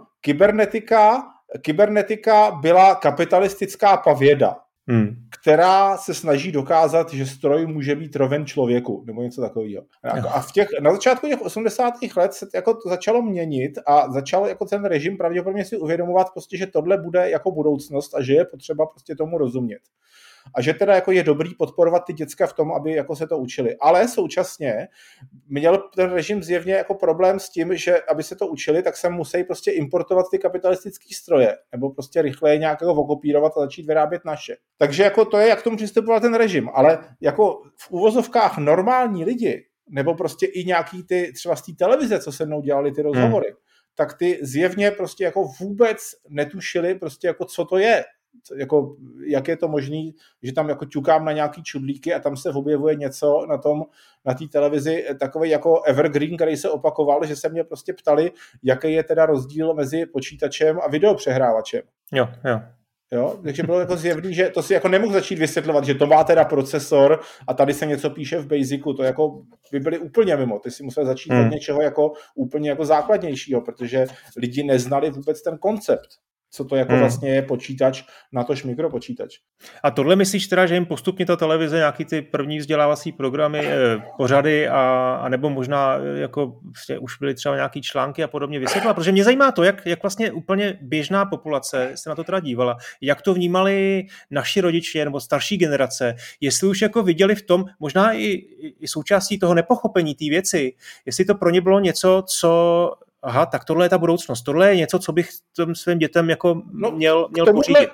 kybernetika byla kapitalistická pavěda, která se snaží dokázat, že stroj může být roven člověku, nebo něco takového. A na začátku těch 80. let se jako to začalo měnit a začal jako ten režim pravděpodobně si uvědomovat prostě, že tohle bude jako budoucnost a že je potřeba prostě tomu rozumět. A že teda jako je dobrý podporovat ty děcka v tom, aby jako se to učili. Ale současně měl ten režim zjevně jako problém s tím, že aby se to učili, tak se musí prostě importovat ty kapitalistické stroje, nebo prostě rychleji nějak jako okopírovat a začít vyrábět naše. Takže jako to je, jak tomu přistupoval ten režim. Ale jako v uvozovkách normální lidi, nebo prostě i nějaký ty třeba z té televize, co se mnou dělali ty rozhovory, tak ty zjevně prostě jako vůbec netušili prostě jako co to je. Jako, jak je to možný, že tam jako ťukám na nějaký čudlíky a tam se objevuje něco na té televizi, takový jako evergreen, který se opakoval, že se mě prostě ptali, jaký je teda rozdíl mezi počítačem a videopřehrávačem. Jo, takže bylo jako zjevný, že to si jako nemohl začít vysvětlovat, že to má teda procesor a tady se něco píše v Basicu, to jako by byli úplně mimo, ty si musel začít od něčeho jako úplně jako základnějšího, protože lidi neznali vůbec ten koncept. co to jako vlastně je počítač, natož mikropočítač. A tohle myslíš teda, že jim postupně ta televize nějaký ty první vzdělávací programy, pořady a nebo možná jako už byly třeba nějaký články a podobně vysvětlila? Protože mě zajímá to, jak vlastně úplně běžná populace se na to teda dívala, jak to vnímali naši rodiče nebo starší generace, jestli už jako viděli v tom, možná i součástí toho nepochopení té věci, jestli to pro ně bylo něco, co aha, tak tohle je ta budoucnost. Tohle je něco, co bych svým dětem jako měl pořídit.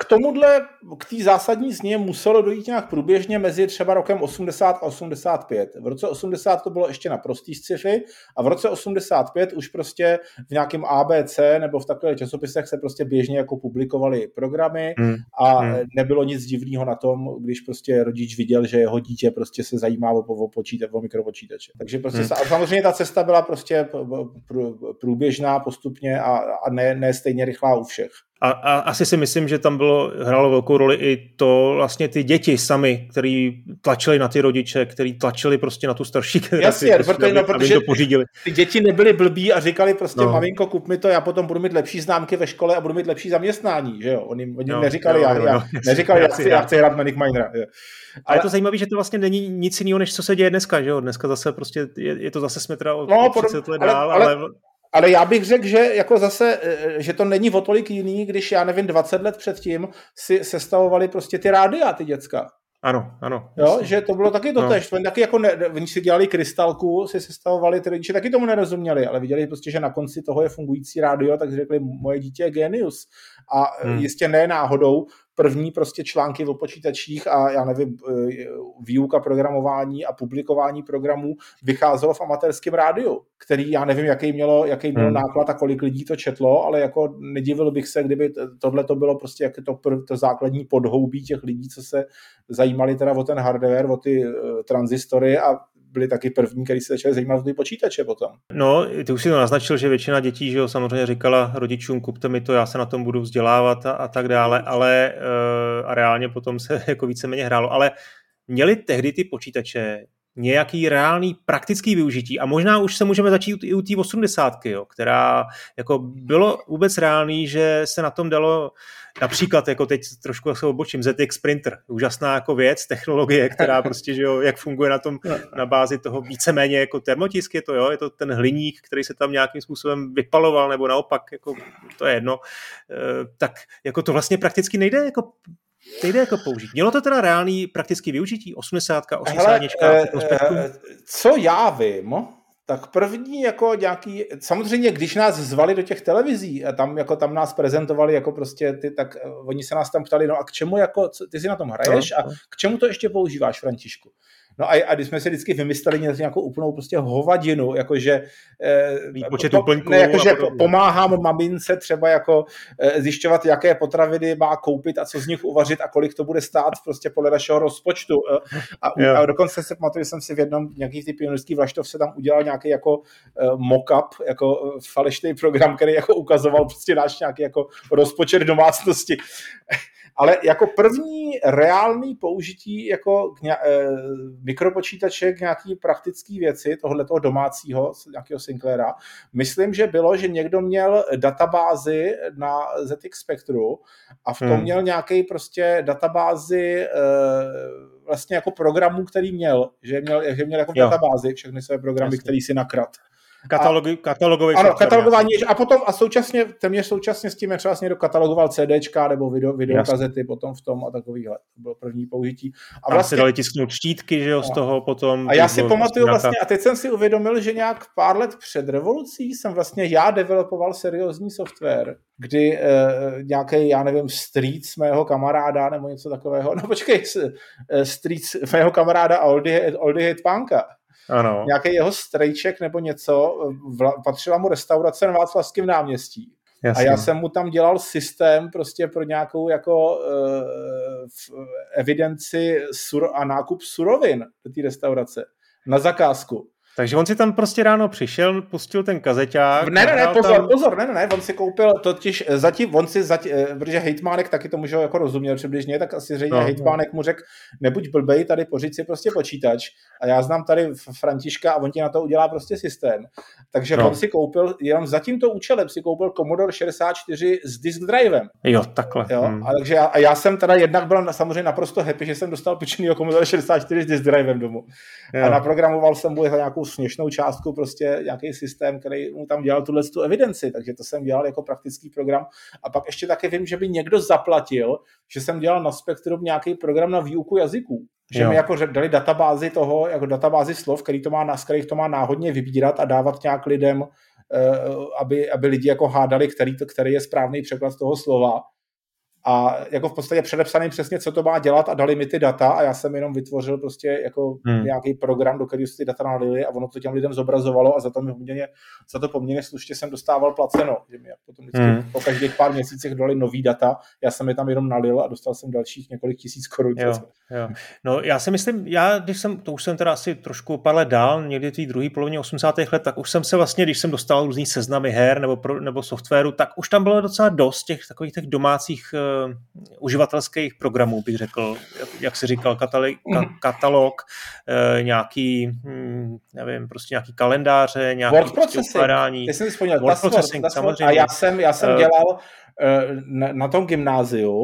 K té zásadní změně muselo dojít nějak průběžně mezi třeba rokem 80 a 85. V roce 80 to bylo ještě na prostý sci-fi a v roce 85 už prostě v nějakém ABC nebo v takových časopisech se prostě běžně jako publikovaly programy a nebylo nic divného na tom, když prostě rodič viděl, že jeho dítě prostě se zajímá o mikropočítače. Takže prostě samozřejmě ta cesta byla prostě průběžná postupně a ne stejně rychlá u všech. A asi si myslím, že tam hrálo velkou roli i to vlastně ty děti sami, který tlačili na ty rodiče, který tlačili prostě na tu starší generaci. Jasně, prostě, protože to pořídili. Ty děti nebyly blbí a říkali prostě maminko, kup mi to, já potom budu mít lepší známky ve škole a budu mít lepší zaměstnání, že jo? Oni neříkali, já chci hrát Manic Minera. Ale je to zajímavé, že to vlastně není nic jiného, než co se děje dneska, že jo? Dneska zase prostě je to zase jsme teda o 30 let dál, ale já bych řekl, že jako zase, že to není o tolik jiný, když já nevím, 20 let předtím si sestavovali prostě ty rádia, ty děcka. Ano. Jo, že to bylo taky totéž. Oni taky jako oni si dělali krystalku, si sestavovali, ty rodiče taky tomu nerozuměli, ale viděli prostě, že na konci toho je fungující rádio, tak řekli, moje dítě je genius. A jistě ne náhodou první prostě články o počítačích a já nevím, výuka programování a publikování programů vycházelo v amatérském rádiu, který já nevím, jaký mělo náklad a kolik lidí to četlo, ale jako nedivil bych se, kdyby tohle to bylo prostě jako to základní podhoubí těch lidí, co se zajímali teda o ten hardware, o ty tranzistory a byli taky první, který se začali zajímat o ty počítače potom. No, ty už si to naznačil, že většina dětí, že jo, samozřejmě říkala rodičům, kupte mi to, já se na tom budu vzdělávat a tak dále, ale a reálně potom se jako víceméně hrálo, ale měli tehdy ty počítače nějaký reálný praktický využití a možná už se můžeme začít i u té 80, jo, která jako bylo vůbec reálný, že se na tom dalo například, jako teď trošku se odbočím, ZX Printer, úžasná jako věc, technologie, která prostě, že jo, jak funguje na tom na bázi toho víceméně jako termotisk je to, jo, je to ten hliník, který se tam nějakým způsobem vypaloval, nebo naopak, jako to je jedno, tak jako to vlastně prakticky nejde jako použít. Mělo to teda reálný praktický využití? 80, 80. Co já vím, tak první jako nějaký, samozřejmě když nás zvali do těch televizí a tam nás prezentovali jako prostě tak oni se nás tam ptali, no a k čemu jako, ty si na tom hraješ a k čemu to ještě používáš, Františku? No a když jsme si vždycky vymysleli nějakou úplnou prostě hovadinu, jakože pomáhám mamince třeba jako zjišťovat, jaké potraviny má koupit a co z nich uvařit a kolik to bude stát prostě podle našeho rozpočtu. A dokonce se pamatuju, že jsem si v jednom nějaký ty pionýrský vlaštovce tam udělal nějaký jako mock-up, jako falešný program, který jako ukazoval prostě náš nějaký jako rozpočet domácnosti. Ale jako první reálný použití jako mikropočítače k nějaký praktický věci, tohletoho domácího, nějakého Sinclaira, myslím, že bylo, že někdo měl databázi na ZX Spectru a v tom měl nějaký prostě databázi vlastně jako programů, který měl, že měl jako databázi všechny své programy, který si nakradl. Katalogování a potom a téměř současně s tím třeba vlastně katalogoval CDčka nebo videokazety potom v tom a takovýhle. To bylo první použití. A vlastně se dali tisknout štítky, že jo, z toho potom. A já si pamatuju vlastně, a teď jsem si uvědomil, že nějak pár let před revolucí jsem vlastně já developoval seriózní software, kdy nějaký, já nevím, Streets mého kamaráda nebo něco takového, no počkej, Streets mého kamaráda a Oldie Hate Punka. Ano. Nějaký jeho strejček nebo něco, patřila mu restaurace na Václavském náměstí. Jasně. A já jsem mu tam dělal systém prostě pro nějakou jako evidenci a nákup surovin do té restaurace na zakázku. Takže on si tam prostě ráno přišel, pustil ten kazeťák. Pozor, on si koupil totiž zatím, protože hejtmánek taky tomu, že ho jako rozuměl přibližně, tak asi zřejmě hejtmánek mu řekl, nebuď blbej, tady pořiď si prostě počítač a já znám tady Františka a on ti na to udělá prostě systém. Takže on si koupil, jenom za tímto účelem si koupil Commodore 64 s disk drivem. Jo, takhle. Jo? A takže já jsem teda jednak byl samozřejmě naprosto happy, že jsem dostal pečenýho Commodore 64 s disk drivem domů. Jo. A naprogramoval jsem mu za nějakou směšnou částku prostě nějaký systém, který mu tam dělal tu evidenci, takže to jsem dělal jako praktický program. A pak ještě taky vím, že by někdo zaplatil, že jsem dělal na Spectrum nějaký program na výuku jazyků. Že mi jako dali databázi toho, jako databázi slov, z kterých to má náhodně vybírat a dávat nějak lidem, aby lidi jako hádali, který je správný překlad toho slova. A jako v podstatě předepsaný přesně, co to má dělat a dali mi ty data a já jsem jenom vytvořil prostě jako nějaký program, do kterého si ty data nalili a ono to těm lidem zobrazovalo a za to poměrně slušně jsem dostával placeno. Že mi potom vždycky po každých pár měsících dali nový data, já jsem je tam jenom nalil a dostal jsem dalších několik tisíc korun. Jo. No já si myslím, to už jsem teda asi trošku pár let dál, někdy v té druhé polovině 80. let, tak už jsem se vlastně, když jsem dostal různý seznamy her nebo softwaru, tak už tam bylo docela dost takových těch domácích uživatelských programů, bych řekl, jak se říkal, katalog, nějaký, nevím, prostě nějaký kalendáře, nějaký word processing. Ty jsem vzpomněl, word processing, samozřejmě. A já jsem dělal na tom gymnáziu,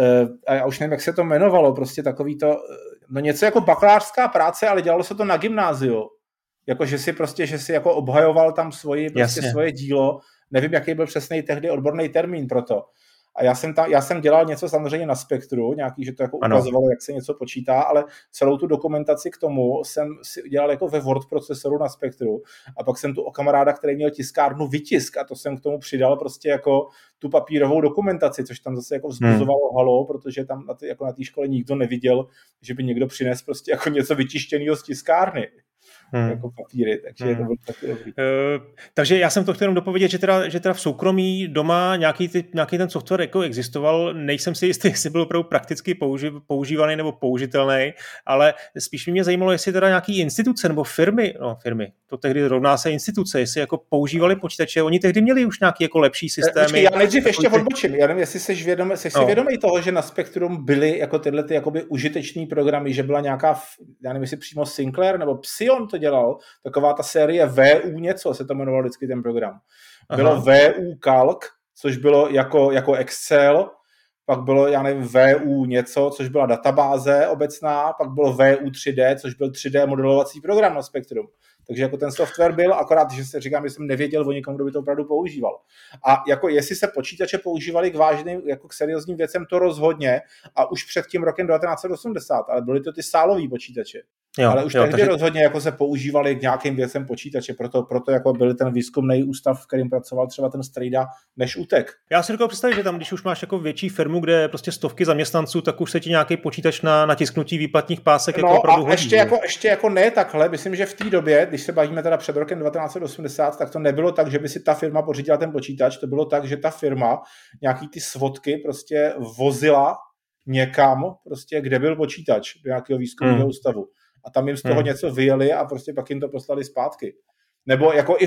a já už nevím, jak se to jmenovalo, prostě takový to, no něco jako bakalářská práce, ale dělalo se to na gymnáziu. Jako, že si jako obhajoval tam svoje dílo, nevím, jaký byl přesný tehdy odborný termín pro to. A já jsem dělal něco samozřejmě na Spektru, nějaký, že to jako ukazovalo, jak se něco počítá, ale celou tu dokumentaci k tomu jsem si dělal jako ve word procesoru na Spektru. A pak jsem tu o kamaráda, který měl tiskárnu vytisk a to jsem k tomu přidal prostě jako tu papírovou dokumentaci, což tam zase jako vzbuzovalo halo, protože tam na té škole nikdo neviděl, že by někdo přines prostě jako něco vytištěného z tiskárny. Jako papíry, takže to bylo taky dobrý. Takže já jsem to chtěl jenom dopovědět, že teda v soukromí doma nějaký ten software jako existoval, nejsem si jistý, jestli byl opravdu prakticky používaný nebo použitelný, ale spíš mě zajímalo, jestli teda nějaký instituce nebo firmy, to tehdy rovná se instituce, jestli jako používali počítače, oni tehdy měli už nějaký jako lepší systémy. Já nejdřív ještě odbočím, já nevím, jestli jsi vědomý toho, že na Spektrum byly jako tyhle ty jakoby užitečný programy, že byla nějaká, já nevím, jestli přímo Sinclair nebo Psion to dělal, taková ta série VU něco se to jmenovalo vždycky ten program. Bylo VU Calc, což bylo jako Excel, pak bylo, já nevím, VU něco, což byla databáze obecná, pak bylo VU 3D, což byl 3D modelovací program na Spektrum. Takže jako ten software byl, akorát, že se říkám, že jsem nevěděl o někom, kdo by to opravdu používal. A jako jestli se počítače používali k vážným, jako k seriózním věcem, to rozhodně a už před tím rokem 1980, ale byly to ty sálový počítače. Ale už tehdy rozhodně jako se používali k nějakým věcem počítače, proto jako byl ten výzkumný ústav, v kterým pracoval třeba ten Strejda, než utek. Já si dokážu představit, že tam, když už máš jako větší firmu, kde prostě stovky zaměstnanců, tak už se ti nějaký počítač na tisknutí výplatních pásek jako opravdu hodí. Ještě jako ne takhle, myslím, že v té době, když se bavíme teda před rokem 1980, tak to nebylo tak, že by si ta firma pořídila ten počítač, to bylo tak, že ta firma nějaký ty svodky prostě vozila někam, prostě, kde byl počítač, do nějakého výzkumného ústavu. A tam jim z toho něco vyjeli a prostě pak jim to poslali zpátky. Nebo jako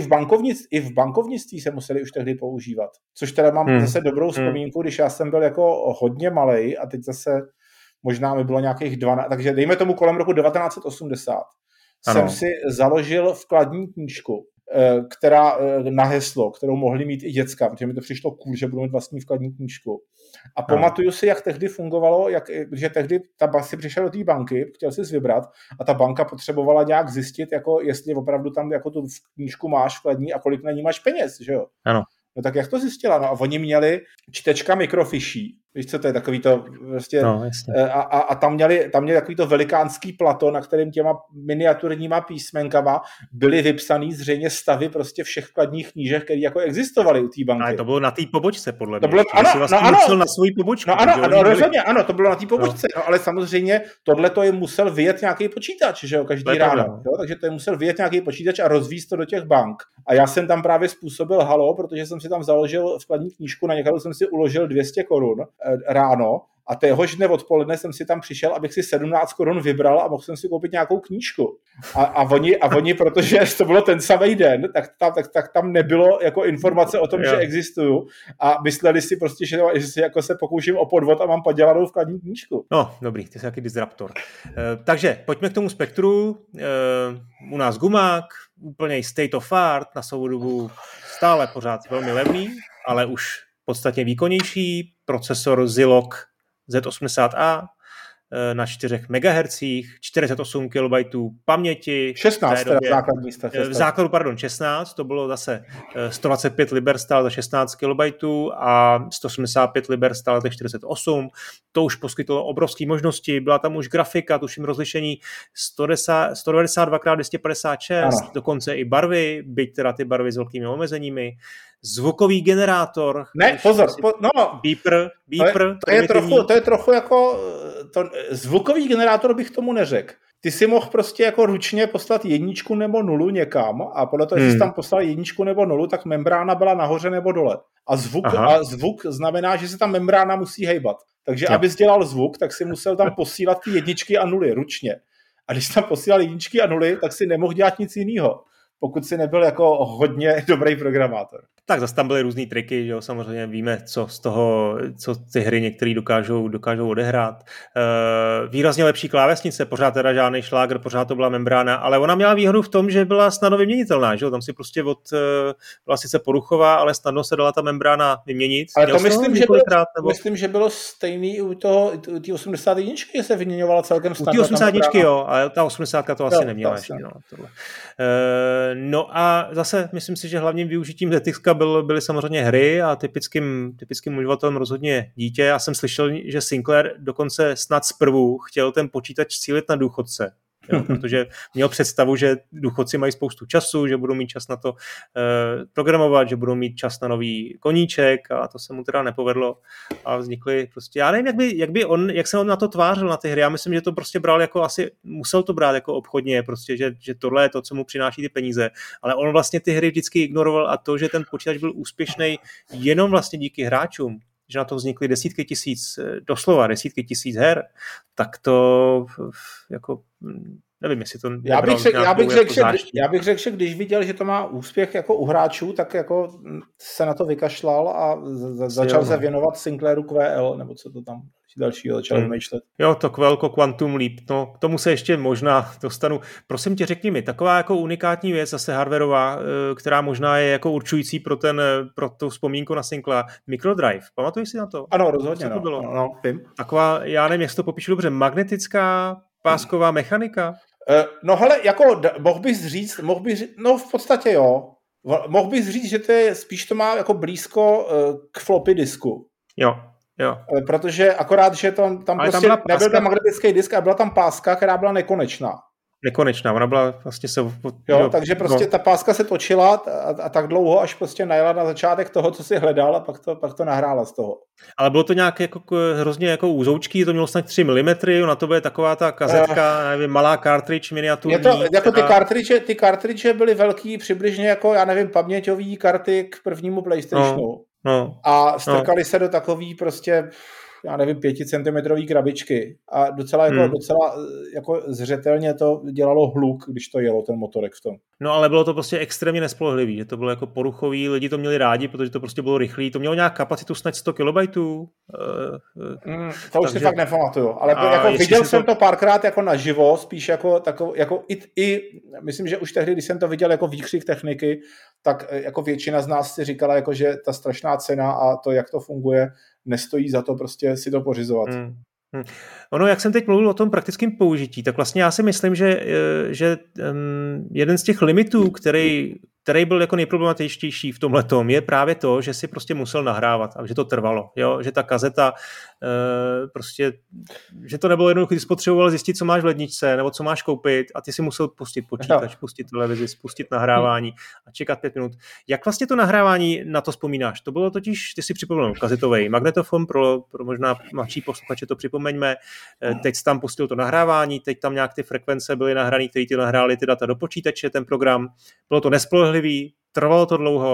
i v bankovnictví se museli už tehdy používat. Což teda mám zase dobrou vzpomínku, když já jsem byl jako hodně malej a teď zase možná mi bylo nějakých 12, takže dejme tomu kolem roku 1980. Jsem si založil vkladní knížku, která na heslo, kterou mohli mít i děcka, protože mi to přišlo cool, že budu mít vlastní vkladní knížku. A pamatuju si, jak tehdy fungovalo, že tehdy si přišel do té banky, chtěl si vybrat a ta banka potřebovala nějak zjistit, jako jestli opravdu tam jako tu knížku máš vkladní a kolik na ní máš peněz, že jo? Ano. No tak jak to zjistila? No a oni měli čtečka mikrofiší. Víš, co to je? Takový to prostě... No, jasně. A tam měli takový to velikánský plato, na kterém těma miniaturníma písmenkama byly vypsaný zřejmě stavy prostě všech vkladních knížek, které jako existovaly u té banky. Ale to bylo na té pobočce, podle mě. To bylo, ano, na svou pobočku. Rozhodně, ano, to bylo na té pobočce. No, ale samozřejmě tohle to jim musel vyjet nějaký počítač, že jo, každý ráno. Jo, takže to jim musel vyjet nějaký počítač a rozvízt to do těch bank. A já jsem tam právě způsobil halo, protože jsem si tam založil vkladní knížku, na někoho jsem si uložil 200 korun ráno A téhož dne odpoledne jsem si tam přišel, abych si 17 korun vybral a mohl jsem si koupit nějakou knížku. A oni, protože to bylo ten samý den, tak tam nebylo jako informace o tom, že existuju a mysleli si prostě, že si jako se pokouším o podvod a mám padělanou vkladní knížku. No, dobrý, ty jsi jaký disruptor. Takže pojďme k tomu Spektru. U nás gumák, úplně state of art, na svou dobu stále pořád velmi levný, ale už podstatně výkonnější, procesor Zilog Z80A na 4 MHz, 48 KB paměti. 16 základní stav. V základu, 16, to bylo zase 125 liber stále za 16 KB a 185 liber stále za 48. To už poskytlo obrovské možnosti, byla tam už grafika, tuším rozlišení 192x256, dokonce i barvy, byť teda ty barvy s velkými omezeními. Zvukový generátor. Ne, pozor, beeper. To je trochu jako zvukový generátor bych tomu neřekl. Ty si mohl prostě jako ručně poslat 1 nebo 0 někam a podle toho, jestli jsi tam poslal 1 nebo 0, tak membrána byla nahoře nebo dole. A zvuk znamená, že se ta membrána musí hejbat. Takže abys dělal zvuk, tak si musel tam posílat ty 1 a 0 ručně. A když tam posílal 1 a 0, tak si nemohl dělat nic jiného, pokud si nebyl jako hodně dobrý programátor. Tak zase tam byly různý triky, že jo, samozřejmě víme, co ty hry některé dokážou odehrát. Výrazně lepší klávesnice, pořád teda žádný šlágr, pořád to byla membrána, ale ona měla výhodu v tom, že byla snadno vyměnitelná, že jo, tam si prostě byla sice poruchová, ale snadno se dala ta membrána vyměnit. Ale to myslím, že bylo stejný u té 81, že se vyměňovala celkem snadno. U té 81, jo, ale ta 80 to asi neměla ještě. No a zase myslím si, že hlavním využitím ZX byly samozřejmě hry a typickým uživatelem rozhodně dítě. Já jsem slyšel, že Sinclair dokonce snad zprvu chtěl ten počítač cílit na důchodce. Jo, protože měl představu, že důchodci mají spoustu času, že budou mít čas na to programovat, že budou mít čas na nový koníček a to se mu teda nepovedlo a vznikly prostě, já nevím, jak se on na to tvářil na ty hry, já myslím, že to prostě bral jako asi, musel to brát jako obchodně, prostě, že tohle je to, co mu přináší ty peníze, ale on vlastně ty hry vždycky ignoroval a to, že ten počítač byl úspěšný jenom vlastně díky hráčům, že na to vznikly desítky tisíc her, tak to jako nevím, jestli to já bych řekl, že když viděl, že to má úspěch jako u hráčů, tak jako se na to vykašlal a začal se věnovat Sinclairu QL, nebo co to tam dalšího začal vymýšlet. Jo, to QL Quantum Leap, no, k tomu se ještě možná dostanu. Prosím tě, řekni mi, taková jako unikátní věc, zase hardwareová, která možná je jako určující pro tu vzpomínku na Sinclair, Microdrive, pamatuješ si na to? Ano, rozhodně, co to bylo? No, vím. Taková, já nevím, jak to popíšu dobře, magnetická pásková mechanika? No hele, jako mohl bys říct, no v podstatě jo. Mohl bys říct, že to je, spíš to má jako blízko k floppy disku. Jo. Protože akorát, že tam prostě nebyl ten magnetický disk a byla tam páska, která byla nekonečná. Ona byla vlastně takže prostě ta páska se točila a tak dlouho, až prostě najela na začátek toho, co si hledal a pak to nahrála z toho. Ale bylo to nějak jako hrozně jako úzoučký, to mělo snad 3 mm, na to bude taková ta kazetka, nevím, malá cartridge miniaturní. Je to, jako ty cartridge byly velký, přibližně jako, já nevím, paměťový karty k prvnímu PlayStationu. No. A strkali se do takový prostě, já nevím, 5 cm krabičky a docela jako zřetelně to dělalo hluk, když to jelo ten motorek v tom. No ale bylo to prostě extrémně nespolehlivý, že to bylo jako poruchový, lidi to měli rádi, protože to prostě bylo rychlý, to mělo nějak kapacitu snad 100 KB. To už si fakt nepamatuju, ale jako viděl jsem to párkrát jako naživo, spíš jako i myslím, že už tehdy, když jsem to viděl jako výkřik techniky, tak jako většina z nás si říkala, jako, že ta strašná cena a to, jak to funguje, nestojí za to prostě si to pořizovat. Ono, jak jsem teď mluvil o tom praktickém použití, tak vlastně já si myslím, že jeden z těch limitů, který byl jako nejproblematičtější v tomhletom, je právě to, že si prostě musel nahrávat a že to trvalo, jo? Že ta kazeta prostě, že to nebylo jednoduché, ty jsi potřeboval zjistit, co máš v ledničce nebo co máš koupit a ty si musel pustit počítač, pustit televizi, spustit nahrávání a čekat 5 minut. Jak vlastně to nahrávání na to vzpomínáš? To bylo totiž, ty si připomněl, kazetový magnetofon, pro možná mladší posluchače to připomeňme, teď jsi tam pustil to nahrávání, teď tam nějak ty frekvence byly nahraný, které ty nahrály ty data do počítače, ten program, bylo to nespolehlivý, trvalo to dlouho?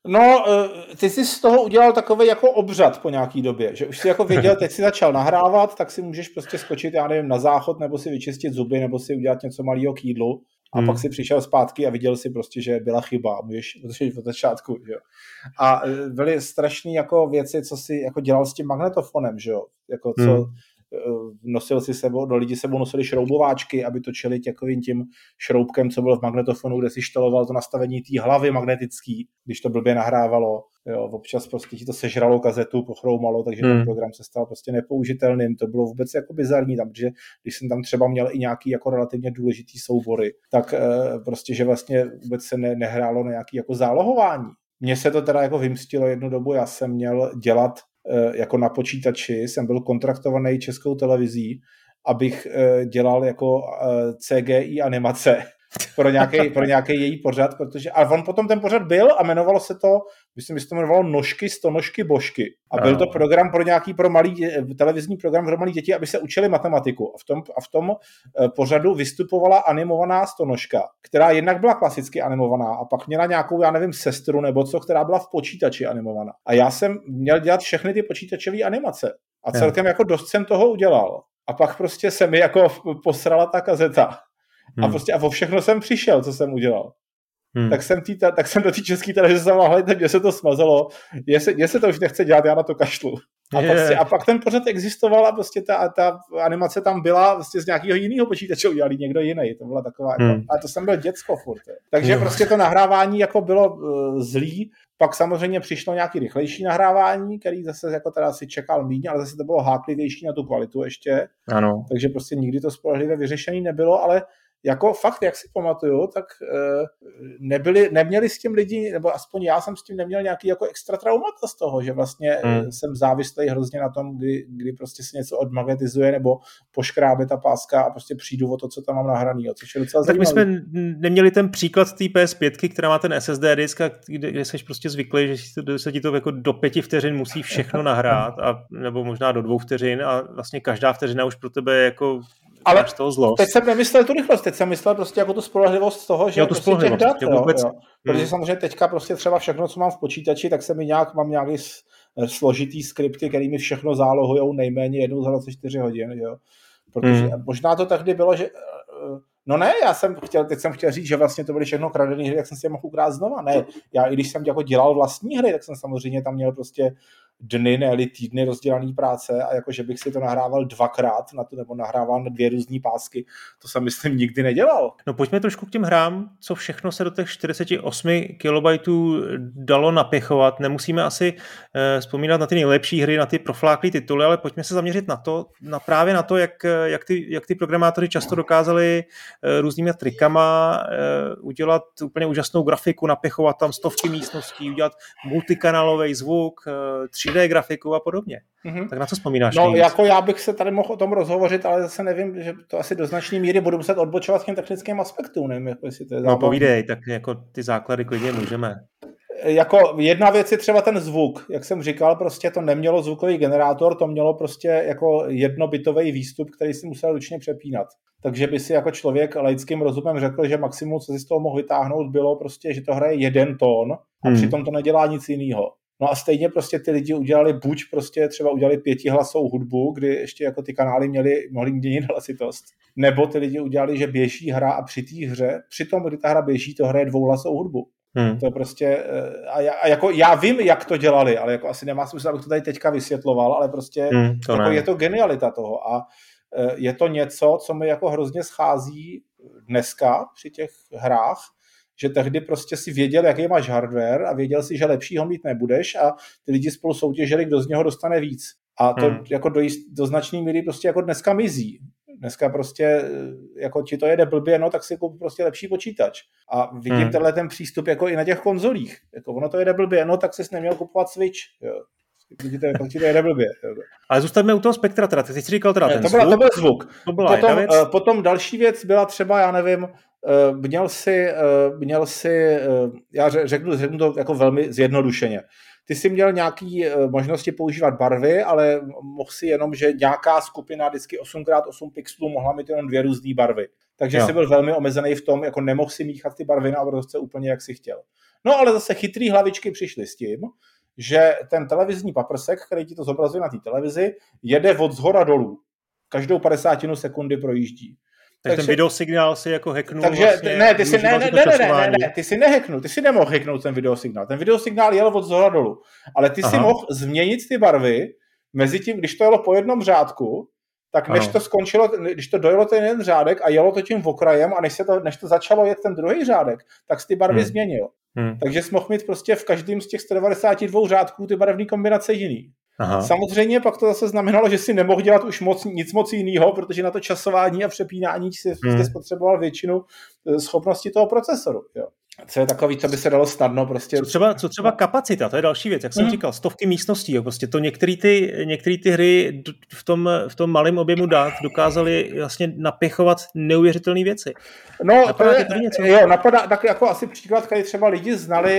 No, ty jsi z toho udělal takový jako obřad po nějaký době, že už si jako věděl, teď si začal nahrávat, tak si můžeš prostě skočit, já nevím, na záchod, nebo si vyčistit zuby, nebo si udělat něco malého k jídlu a pak si přišel zpátky a viděl si prostě, že byla chyba, můžeš od začátku, že jo. A byly strašné jako věci, co si jako dělal s tím magnetofonem, že jo, jako co nosil si sebou, do lidi sebou nosili šroubováčky, aby točili takovým tím šroubkem, co bylo v magnetofonu, kde si štaloval to nastavení té hlavy magnetický, když to blbě nahrávalo. Jo, občas prostě ti to sežralo kazetu, pochroumalo, takže ten program se stal prostě nepoužitelným. To bylo vůbec jako bizarní tam, protože když jsem tam třeba měl i nějaký jako relativně důležitý soubory, tak prostě, že vlastně vůbec se nehrálo na nějaký jako zálohování. Mně se to teda jako vymstilo jednu dobu, já jsem měl dělat jako na počítači, jsem byl kontraktovaný Českou televizí, abych dělal jako CGI animace pro nějaký její pořad, protože, a on potom ten pořad byl a jmenovalo se to, myslím, že se to jmenovalo Nožky, stonožky, božky. A byl to program pro malý, televizní program pro malý děti, aby se učili matematiku. A v tom pořadu vystupovala animovaná stonožka, která jednak byla klasicky animovaná a pak měla nějakou, já nevím, sestru nebo co, která byla v počítači animovaná. A já jsem měl dělat všechny ty počítačové animace. A celkem jako dost jsem toho udělal. A pak prostě se mi jako posrala ta kazeta. A prostě a vo všechno jsem přišel, co jsem udělal. Tak jsem do té České televize zavolal, mně se to smazalo, mně se to už nechce dělat, já na to kašlu. A pak ten pořad existoval a prostě ta animace tam byla prostě z nějakého jiného počítače udělali někdo jiný. To byla taková, a to jsem byl děcko furt. Takže prostě to nahrávání jako bylo zlý. Pak samozřejmě přišlo nějaký rychlejší nahrávání, který zase jako teda si čekal míň, ale zase to bylo háklivější na tu kvalitu ještě. Ano. Takže prostě nikdy to spolehlivě vyřešený nebylo, ale jako fakt, jak si pamatuju, tak neměli s tím lidi, nebo aspoň já jsem s tím neměl nějaký jako extra traumata z toho, že vlastně jsem závislý hrozně na tom, kdy prostě se něco odmagnetizuje nebo poškrábe ta páska a prostě přijdu o to, co tam mám nahraný. Což je docela tak my jsme neměli ten příklad té PS5, která má ten SSD disk, kde jsi prostě zvyklý, že se ti to jako do 5 vteřin musí všechno nahrát, nebo možná do 2 vteřin a vlastně každá vteřina už pro tebe je jako ale teď jsem nemyslel tu rychlost, teď jsem myslel prostě jako tu spolehlivost toho, že prostě těch dat, protože samozřejmě teďka prostě třeba všechno, co mám v počítači, tak mám nějaký složitý skripty, který mi všechno zálohujou nejméně 1 za 24 hodin, jo. Protože možná to tehdy bylo, že no ne, teď jsem chtěl říct, že vlastně to byly všechno kradené hry, tak jsem si je mohl ukrát znova. Ne, já i když jsem jako dělal vlastní hry, tak jsem samozřejmě tam měl prostě dny, ne týdny rozdělaný práce a jako, že bych si to nahrával 2krát nebo nahrával na 2 různý pásky, to jsem myslím nikdy nedělal. No pojďme trošku k těm hrám, co všechno se do těch 48 KB dalo napěchovat. Nemusíme asi vzpomínat na ty nejlepší hry, na ty profláklý tituly, ale pojďme se zaměřit právě na to, jak ty programátoři často dokázali různými trikama udělat úplně úžasnou grafiku, napěchovat tam stovky místností, udělat multikanálový zvuk, 3D grafiku a podobně. Tak na co vzpomínáš? No, jako já bych se tady mohl o tom rozhovořit, ale zase nevím, že to asi do značné míry budu muset odbočovat k těm technickým aspektům. Nevím, jestli to je zábavný. No povídej, tak jako ty základy klidně můžeme. Jako jedna věc je třeba ten zvuk. Jak jsem říkal, prostě to nemělo zvukový generátor, to mělo prostě jako jednobitový výstup, který si musel ručně přepínat. Takže by si jako člověk laickým rozumem řekl, že maximum, co si z toho mohl vytáhnout, bylo prostě, že to hraje 1 tón a přitom to nedělá nic jiného. No a stejně prostě ty lidi udělali třeba udělali 5hlasovou hudbu, kdy ještě jako ty kanály mohly měnit hlasitost. Nebo ty lidi udělali, že běží hra a při té hře, přitom, kdy ta hra běží, to hraje 2hlasovou hudbu. To je prostě, a jako já vím, jak to dělali, ale jako asi nemá smysl, abych to tady teďka vysvětloval, ale prostě jako je to genialita toho a je to něco, co mi jako hrozně schází dneska při těch hrách, že tehdy prostě si věděl, jaký máš hardware a věděl si, že lepšího mít nebudeš a ty lidi spolu soutěžili, kdo z něho dostane víc. A to jako do značné míry prostě jako dneska mizí. Dneska prostě jako ti to jede blbě, no tak si koup prostě lepší počítač. A vidím tenhle ten přístup jako i na těch konzolích. Jako ono to jede blbě, no tak jsi neměl kupovat Switch. Jo. Pak ti to jede blbě. Jo. Ale zůstavíme u toho spektra teda. Ty jsi říkal teda ten zvuk. To byl zvuk. Potom další věc byla třeba, já nevím, měl si já řeknu to jako velmi zjednodušeně. Ty jsi měl nějaký možnosti používat barvy, ale mohl si jenom, že nějaká skupina vždycky 8x8 pixelů mohla mít jenom 2 různé barvy. Takže jsi byl velmi omezený v tom, jako nemohl si míchat ty barvy na obrazovce úplně, jak si chtěl. No ale zase chytrý hlavičky přišly s tím, že ten televizní paprsek, který ti to zobrazuje na té televizi, jede od zhora dolů. Každou 50 sekundy projíždí. Takže ten videosignál si jako hacknul. Takže vlastně, ty si nehacknul, ty si nemohl hacknout ten videosignál. Ten videosignál jel od zhora dolů, ale ty si mohl změnit ty barvy mezi tím, když to jelo po jednom řádku, tak než to skončilo, když to dojelo ten jeden řádek a jelo to tím okrajem a než to začalo jet ten druhý řádek, tak si ty barvy změnil. Takže jsi mohl mít prostě v každém z těch 192 řádků ty barevné kombinace jiný. Aha. Samozřejmě pak to zase znamenalo, že si nemohl dělat už nic moc jinýho, protože na to časování a přepínání si spotřeboval většinu schopnosti toho procesoru. Jo. Co je takový, co by se dalo snadno prostě... Co třeba kapacita, to je další věc, jak jsem říkal, stovky místností, jo, prostě to některé ty hry v tom malém objemu dat dokázaly vlastně napěchovat neuvěřitelné věci. No, napadá tak jako asi příklad, který třeba lidi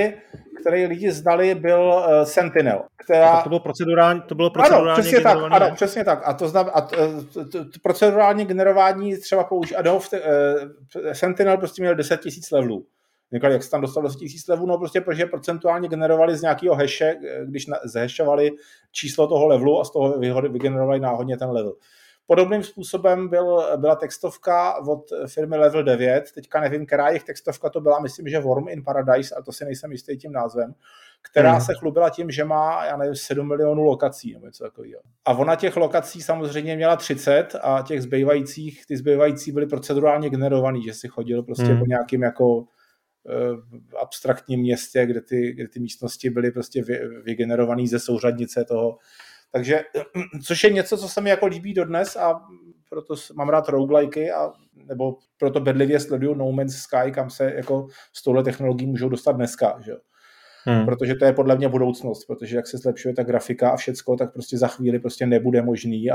znali, byl Sentinel. Která... To bylo procedurálně generované. Ano, přesně tak. A to znamená, procedurální generování třeba Sentinel prostě měl 10 000 levelů. Říkali, jak se tam dostal do 10 000 levelů, no prostě protože procentuálně generovali z nějakého hashe, když zahashovali číslo toho levelu a z toho vygenerovali náhodně ten level. Podobným způsobem byla textovka od firmy Level 9, teďka nevím, která jejich textovka to byla, myslím, že Worm in Paradise, a to si nejsem jistý tím názvem, která se chlubila tím, že má, 7 milionů lokací, nebo něco takového. A ona těch lokací samozřejmě měla 30 a ty zbývající byly procedurálně generovaný, že si chodil prostě po nějakým jako abstraktním městě, kde ty místnosti byly prostě vygenerovaný ze souřadnice toho. Takže, což je něco, co se mi jako líbí dodnes a proto mám rád roguelikey nebo proto bedlivě sleduju No Man's Sky, kam se jako s touhle technologií můžou dostat dneska, že? Protože to je podle mě budoucnost, protože jak se zlepšuje ta grafika a všecko, tak prostě za chvíli prostě nebude možný,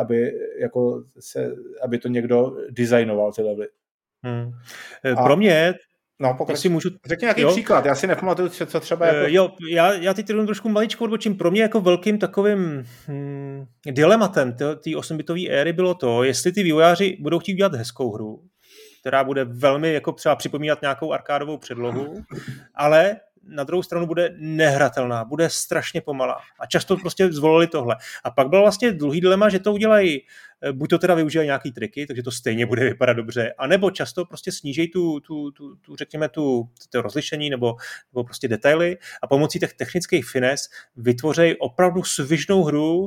aby to někdo designoval ty levely. Pro mě řekni nějaký příklad, já si nepamatuju, co třeba jako... Já teď trošku maličkou odbočím. Pro mě jako velkým takovým dilematem té 8-bitové éry bylo to, jestli ty vývojáři budou chtít dělat hezkou hru, která bude velmi jako třeba připomínat nějakou arkádovou předlohu, ale na druhou stranu bude nehratelná, bude strašně pomalá. A často prostě zvolili tohle. A pak byl vlastně dlouhý dilema, že to udělají, buď to teda využívají nějaký triky, takže to stejně bude vypadat dobře, anebo často prostě snížejí řekněme to rozlišení nebo prostě detaily a pomocí těch technických fines vytvoří opravdu svižnou hru,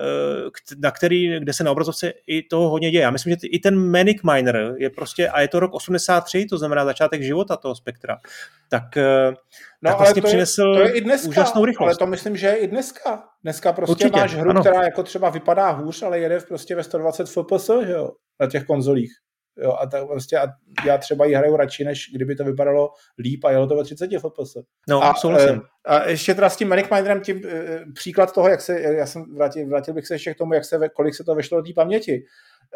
kde se na obrazovce i toho hodně děje. Já myslím, že i ten Manic Miner je prostě, a je to rok 83, to znamená začátek života toho Spektra, tak vlastně přinesl úžasnou rychlost. Ale to myslím, že je i dneska. Dneska prostě určitě, máš hru, která jako třeba vypadá hůř, ale jede prostě ve 120 fps, že jo, na těch konzolích. Jo, a já třeba ji hraju radši, než kdyby to vypadalo líp a jelo to ve 30 fps. No, souhlasím. A ještě teda s tím Manic Minerem příklad toho, vrátil bych se ještě k tomu, kolik se to vešlo do té paměti.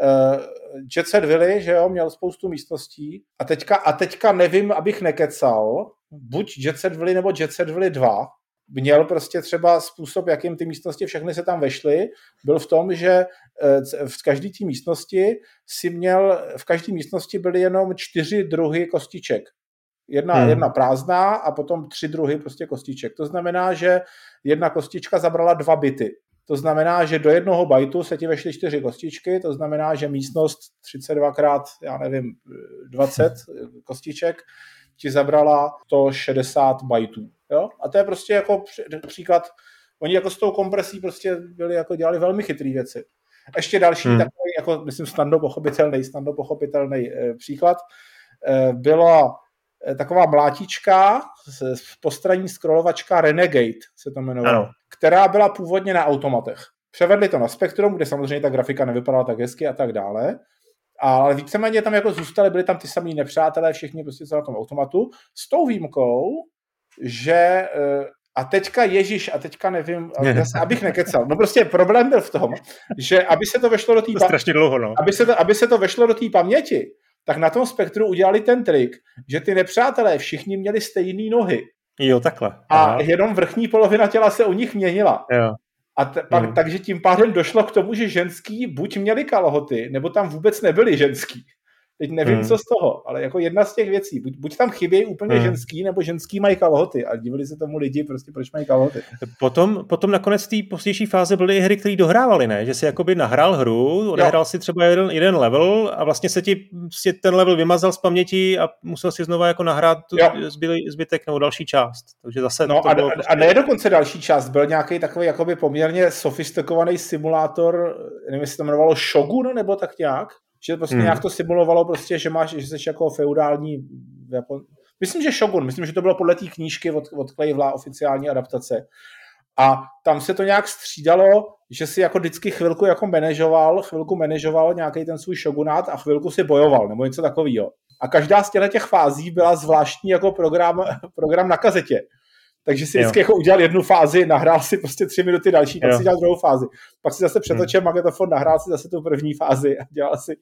Jet Set Willy, že jo, měl spoustu místností a teďka nevím, abych nekecal, buď Jet Set Willy nebo Jet Set Willy 2, měl prostě třeba způsob, jakým ty místnosti všechny se tam vešly, byl v tom, že v každé té místnosti v každé místnosti byly jenom 4 druhy kostiček. Jedna prázdná a potom 3 druhy prostě kostiček. To znamená, že jedna kostička zabrala 2 bity. To znamená, že do 1 bajtu se ti vešly 4 kostičky, to znamená, že místnost 32 krát, 20 kostiček ti zabrala 160 bajtů. Jo? A to je prostě jako příklad, oni jako s tou kompresí prostě dělali velmi chytrý věci. Ještě další takový, jako myslím, snadno pochopitelný příklad, byla taková mlátička, postranní scrollovačka Renegade se to jmenovalo, která byla původně na automatech. Převedli to na Spectrum, kde samozřejmě ta grafika nevypadala tak hezky a tak dále, ale víceméně tam jako zůstali, byli tam ty samý nepřátelé, všichni prostě na tom automatu, s tou výjimkou, že a teďka nevím, abych nekecal. No prostě problém byl v tom, že aby se to vešlo do té strašně dlouho, no. Aby se to vešlo do té paměti, tak na tom Spektru udělali ten trik, že ty nepřátelé všichni měli stejné nohy. Jo, takhle. A jenom vrchní polovina těla se u nich měnila. Jo. Takže tím pádem došlo k tomu, že ženský buď měli kalhoty, nebo tam vůbec nebyli ženský. Teď nevím, co z toho, ale jako jedna z těch věcí. Buď tam chybějí úplně ženský, nebo ženský mají kalhoty a divili se tomu lidi prostě, proč mají kalhoty. Potom nakonec v té pozdější fáze byly hry, které dohrávali, ne? Že si jakoby nahrál hru, odehrál si třeba jeden level a vlastně se ti ten level vymazal z paměti a musel si znova jako nahrát zbytek nebo další část. Takže zase no a ne dokonce další část, byl nějaký takový jakoby poměrně sofistikovaný simulátor, nevím, jestli to jmenovalo Shogun nebo tak nějak, že prostě nějak to simulovalo prostě, že jsi jako feudální myslím, že Shogun, myslím, že to bylo podle té knížky od Klejvla, oficiální adaptace. A tam se to nějak střídalo, že si jako vždycky chvilku jako manažoval nějaký ten svůj šogunát a chvilku si bojoval, nebo něco takového. A každá z těch fází byla zvláštní jako program na kazetě. Takže si vždycky jako udělal jednu fázi, nahrál si prostě 3 minuty další, pak si dělal druhou fázi. Pak si zase přetočil magnetofon, nahrál si zase tu první fázi a dělal si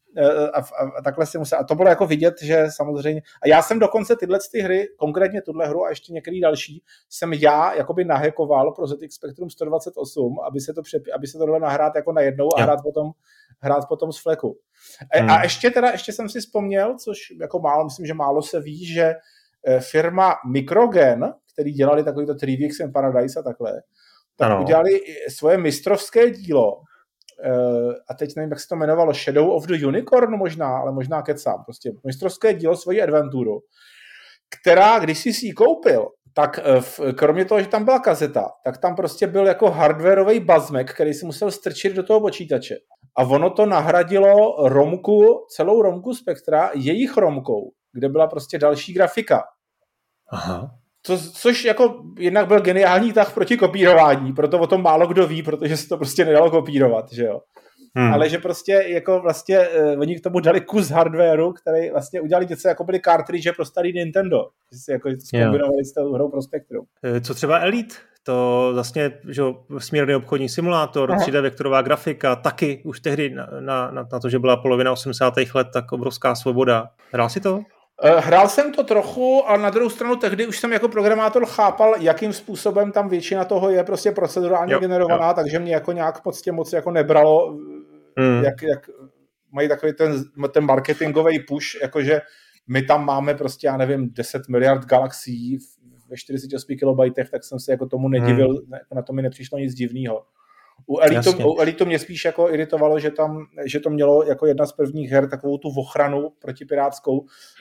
a takhle si musel. A to bylo jako vidět, že samozřejmě. A já jsem dokonce tyhle hry, konkrétně tuhle hru a ještě některý další, jsem já jakoby nahackoval pro ZX Spectrum 128, aby se tohle nahrát jako najednou a hrát potom z fleku. A ještě jsem si vzpomněl, což jako myslím, že málo se ví, že firma Microgen, který dělali takovýto 3 Weeks in Paradise a takhle, tak udělali svoje mistrovské dílo, a teď nevím, jak se to jmenovalo, Shadow of the Unicorn možná, ale možná kecám, prostě mistrovské dílo, svoji adventuru, která, když jsi ji koupil, tak kromě toho, že tam byla kazeta, tak tam prostě byl jako hardwareový bazmek, který si musel strčit do toho počítače. A ono to nahradilo celou romku Spectra jejich romkou, kde byla prostě další grafika. Aha. Což jako jednak byl geniální tah proti kopírování, proto o tom málo kdo ví, protože se to prostě nedalo kopírovat, že jo. Ale že prostě jako vlastně oni k tomu dali kus hardwareu, který vlastně udělali něco jako byly cartridge pro starý Nintendo, že si jako zkombinovali s tou hrou pro Spectrum. Co třeba Elite? To vlastně, že smírný obchodní simulátor, 3D vektorová grafika, taky už tehdy na to, že byla polovina 80. let, tak obrovská svoboda. Hrál si to? Hrál jsem to trochu, ale na druhou stranu tehdy už jsem jako programátor chápal, jakým způsobem tam většina toho je prostě procedurálně generovaná, takže mě jako nějak moc jako nebralo, jak mají takový ten marketingový push, jakože my tam máme prostě, já nevím, 10 miliard galaxií ve 48 kilobajtech, tak jsem se jako tomu nedivil, na to mi nepřišlo nic divného. U Elitu mě spíš jako iritovalo, že to mělo jako jedna z prvních her takovou tu ochranu protipirátskou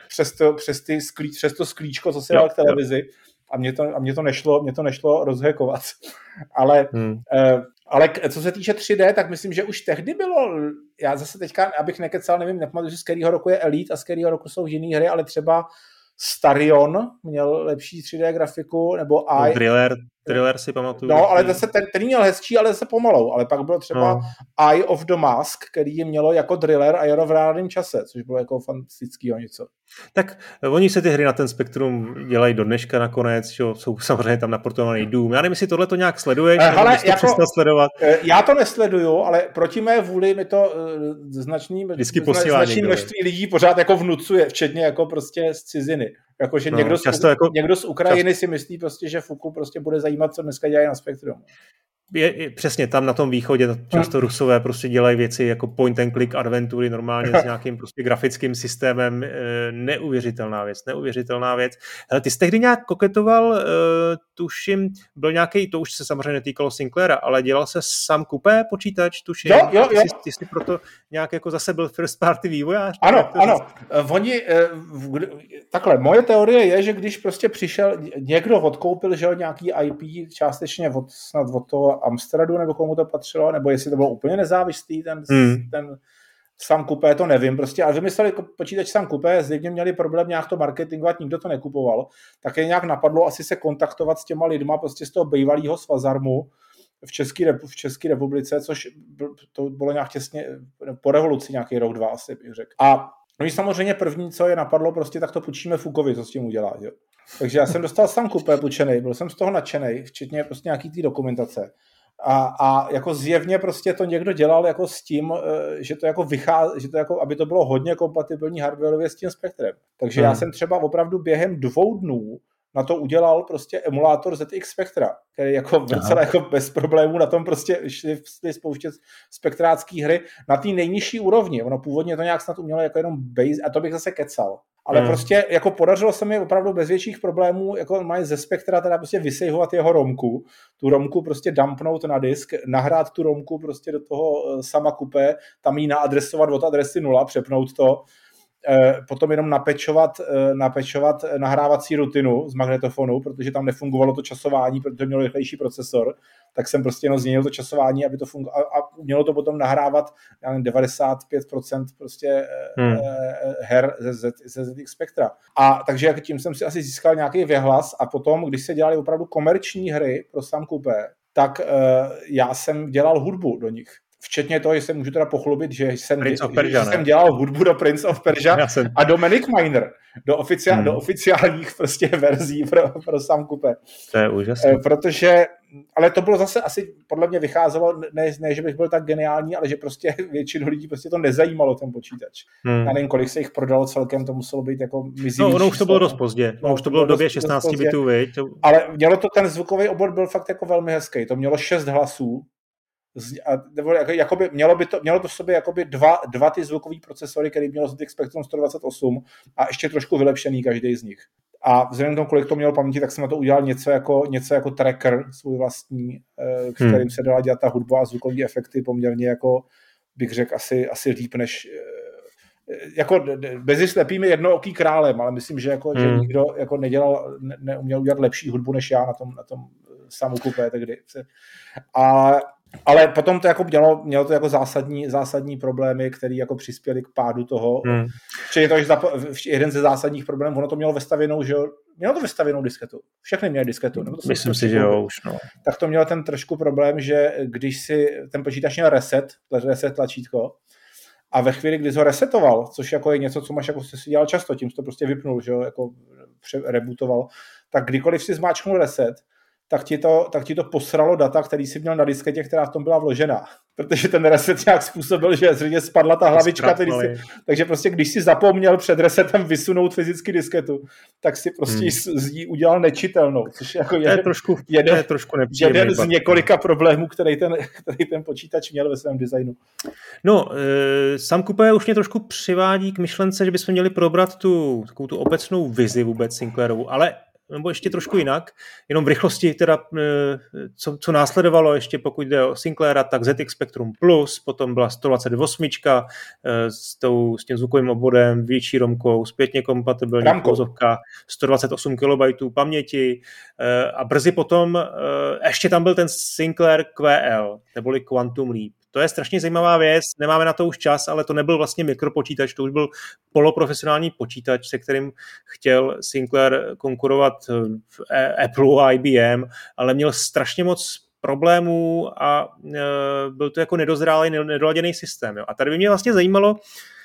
přes to sklíčko, co se dalo k televizi a mě to nešlo rozhackovat. Ale co se týče 3D, tak myslím, že už tehdy bylo, já zase teďka, abych nekecal, nevím, nepamatuji, z kterého roku je Elite a z kterého roku jsou jiné hry, ale třeba Starion měl lepší 3D grafiku, nebo Thriller si pamatuju. No, ale zase ten měl hezčí, ale zase pomalou. Ale pak bylo třeba Eye of the Mask, který jim mělo jako Driller a jelo v reálném čase, což bylo jako fantastického něco. Tak oni se ty hry na ten Spektrum dělají do dneška nakonec, že jsou samozřejmě tam naportovaný Doom. Já nevím, jestli tohle to nějak sleduješ, nebo jsi to přestal sledovat. Já to nesleduju, ale proti mé vůli mi to značný množství lidí pořád jako vnucuje, včetně jako prostě z ciziny. Jakože někdo z Ukrajiny si myslí prostě, že Fuku prostě bude zajímat, co dneska dělají na Spektrum. Je přesně tam na tom východě často Rusové prostě dělají věci jako point and click adventury normálně s nějakým prostě grafickým systémem. Neuvěřitelná věc. Hele, ty jsi tehdy nějak koketoval, tuším, byl nějaký, to už se samozřejmě netýkalo Sinclaira, ale dělal se sám Coupé počítač, tuším. Jo. Ty jsi proto nějak jako zase byl first party vývojář? Ano. Oni, takhle, moje teorie je, že když prostě přišel, někdo odkoupil, že nějaký IP částečně snad od toho Amstradu, nebo komu to patřilo, nebo jestli to bylo úplně nezávislý, ten sám Coupé, to nevím, prostě, ale vymysleli počítač sám Coupé, zřejmě měli problém nějak to marketingovat, nikdo to nekupoval, tak je nějak napadlo asi se kontaktovat s těma lidma prostě z toho bývalého Svazarmu v České republice, což to bylo nějak těsně po revoluci, nějaký rok, 2 asi bych řekl. A no samozřejmě první, co je napadlo, prostě tak to půjčíme Fukovi, co s tím udělá, jo. Takže já jsem dostal sám Coupé půjčenej, byl jsem z toho nadšenej, včetně prostě nějaký té dokumentace. A jako zjevně prostě to někdo dělal jako s tím, že to jako vychází, že to jako, aby to bylo hodně kompatibilní hardwareově s tím Spektrem. Takže já jsem třeba opravdu během 2 dnů na to udělal prostě emulátor ZX Spectra, který jako docela jako bez problémů na tom prostě šli spouštět spektrátský hry na té nejnižší úrovni. Ono původně to nějak snad umělo jako jenom base, a to bych zase kecal. Ale prostě jako podařilo se mi opravdu bez větších problémů jako mají ze Spectra teda prostě vysejhovat jeho romku, tu romku prostě dumpnout na disk, nahrát tu romku prostě do toho sama kupé, tam jí naadresovat od adresy 0, přepnout to, potom jenom napečovat nahrávací rutinu z magnetofonu, protože tam nefungovalo to časování, protože mělo rychlejší procesor, tak jsem prostě jenom změnil to časování, aby to fungovalo a mělo to potom nahrávat 95% prostě her ze ZX Spectra. A takže tím jsem si asi získal nějaký věhlas a potom, když se dělali opravdu komerční hry pro Sam Coupé, tak já jsem dělal hudbu do nich. Včetně toho, že se můžu teda pochlubit, že jsem dělal hudbu do Prince of Persia a do Manic Miner, do oficiálních prostě verzí pro Sam Coupé. To je úžasné. Protože, ale to bylo zase asi, podle mě vycházelo, ne, že bych byl tak geniální, ale že prostě většinu lidí prostě to nezajímalo, ten počítač. Já nevím, kolik se jich prodalo celkem, to muselo být jako mizivý. No, už to bylo dost pozdě. Už to bylo v době 16 bitů, viď? Ale mělo to, ten zvukový obor byl fakt jako velmi hezký. To mělo 6 hlasů. Mělo to v sobě jakoby dva ty zvukové procesory, který mělo ZX Spectrum 128 a ještě trošku vylepšený každý z nich. A vzhledem k tomu, kolik to mělo paměti, tak jsem na to udělal něco jako tracker svůj vlastní, kterým se dala dělat ta hudba a zvukové efekty poměrně jako, bych řekl, asi líp než jako Mezi slepými jednooký králem, ale myslím, že jako že nikdo jako neuměl udělat lepší hudbu než já na tom Samu Coupé tehdy. Ale potom to jako mělo to jako zásadní problémy, které jako přispěly k pádu toho. Včetně to, že jeden ze zásadních problémů, ono to mělo vestavěnou disketu. Všechny měly disketu. Myslím si, že jo, už no. Tak to mělo ten trošku problém, že když si ten počítač měl reset tlačítko, a ve chvíli, kdy jsi ho resetoval, což jako je něco, co máš jako si dělal často, tím jsi to prostě vypnul, že jo, jako rebootoval, tak kdykoliv si zmáčknul reset, tak ti to posralo data, který jsi měl na disketě, která v tom byla vložena. Protože ten reset nějak způsobil, že zřejmě spadla ta hlavička, takže prostě když si zapomněl před resetem vysunout fyzicky disketu, tak si prostě z ní udělal nečitelnou, což je jako jeden z několika problémů, který ten počítač měl ve svém designu. No, Sam Coupé už mě trošku přivádí k myšlence, že bychom měli probrat tu obecnou vizi vůbec Sinclairovu, ale nebo ještě trošku jinak, jenom v rychlosti teda, co následovalo ještě pokud jde o Sinclaira, tak ZX Spectrum Plus, potom byla 128 s tím zvukovým obvodem, větší romkou, zpětně kompatibilní vozovka, 128 KB paměti a brzy potom ještě tam byl ten Sinclair QL, neboli Quantum Leap. To je strašně zajímavá věc, nemáme na to už čas, ale to nebyl vlastně mikropočítač, to už byl poloprofesionální počítač, se kterým chtěl Sinclair konkurovat v Apple a IBM, ale měl strašně moc problémů a byl to jako nedozrálý, nedoladěný systém. Jo. A tady by mě vlastně zajímalo,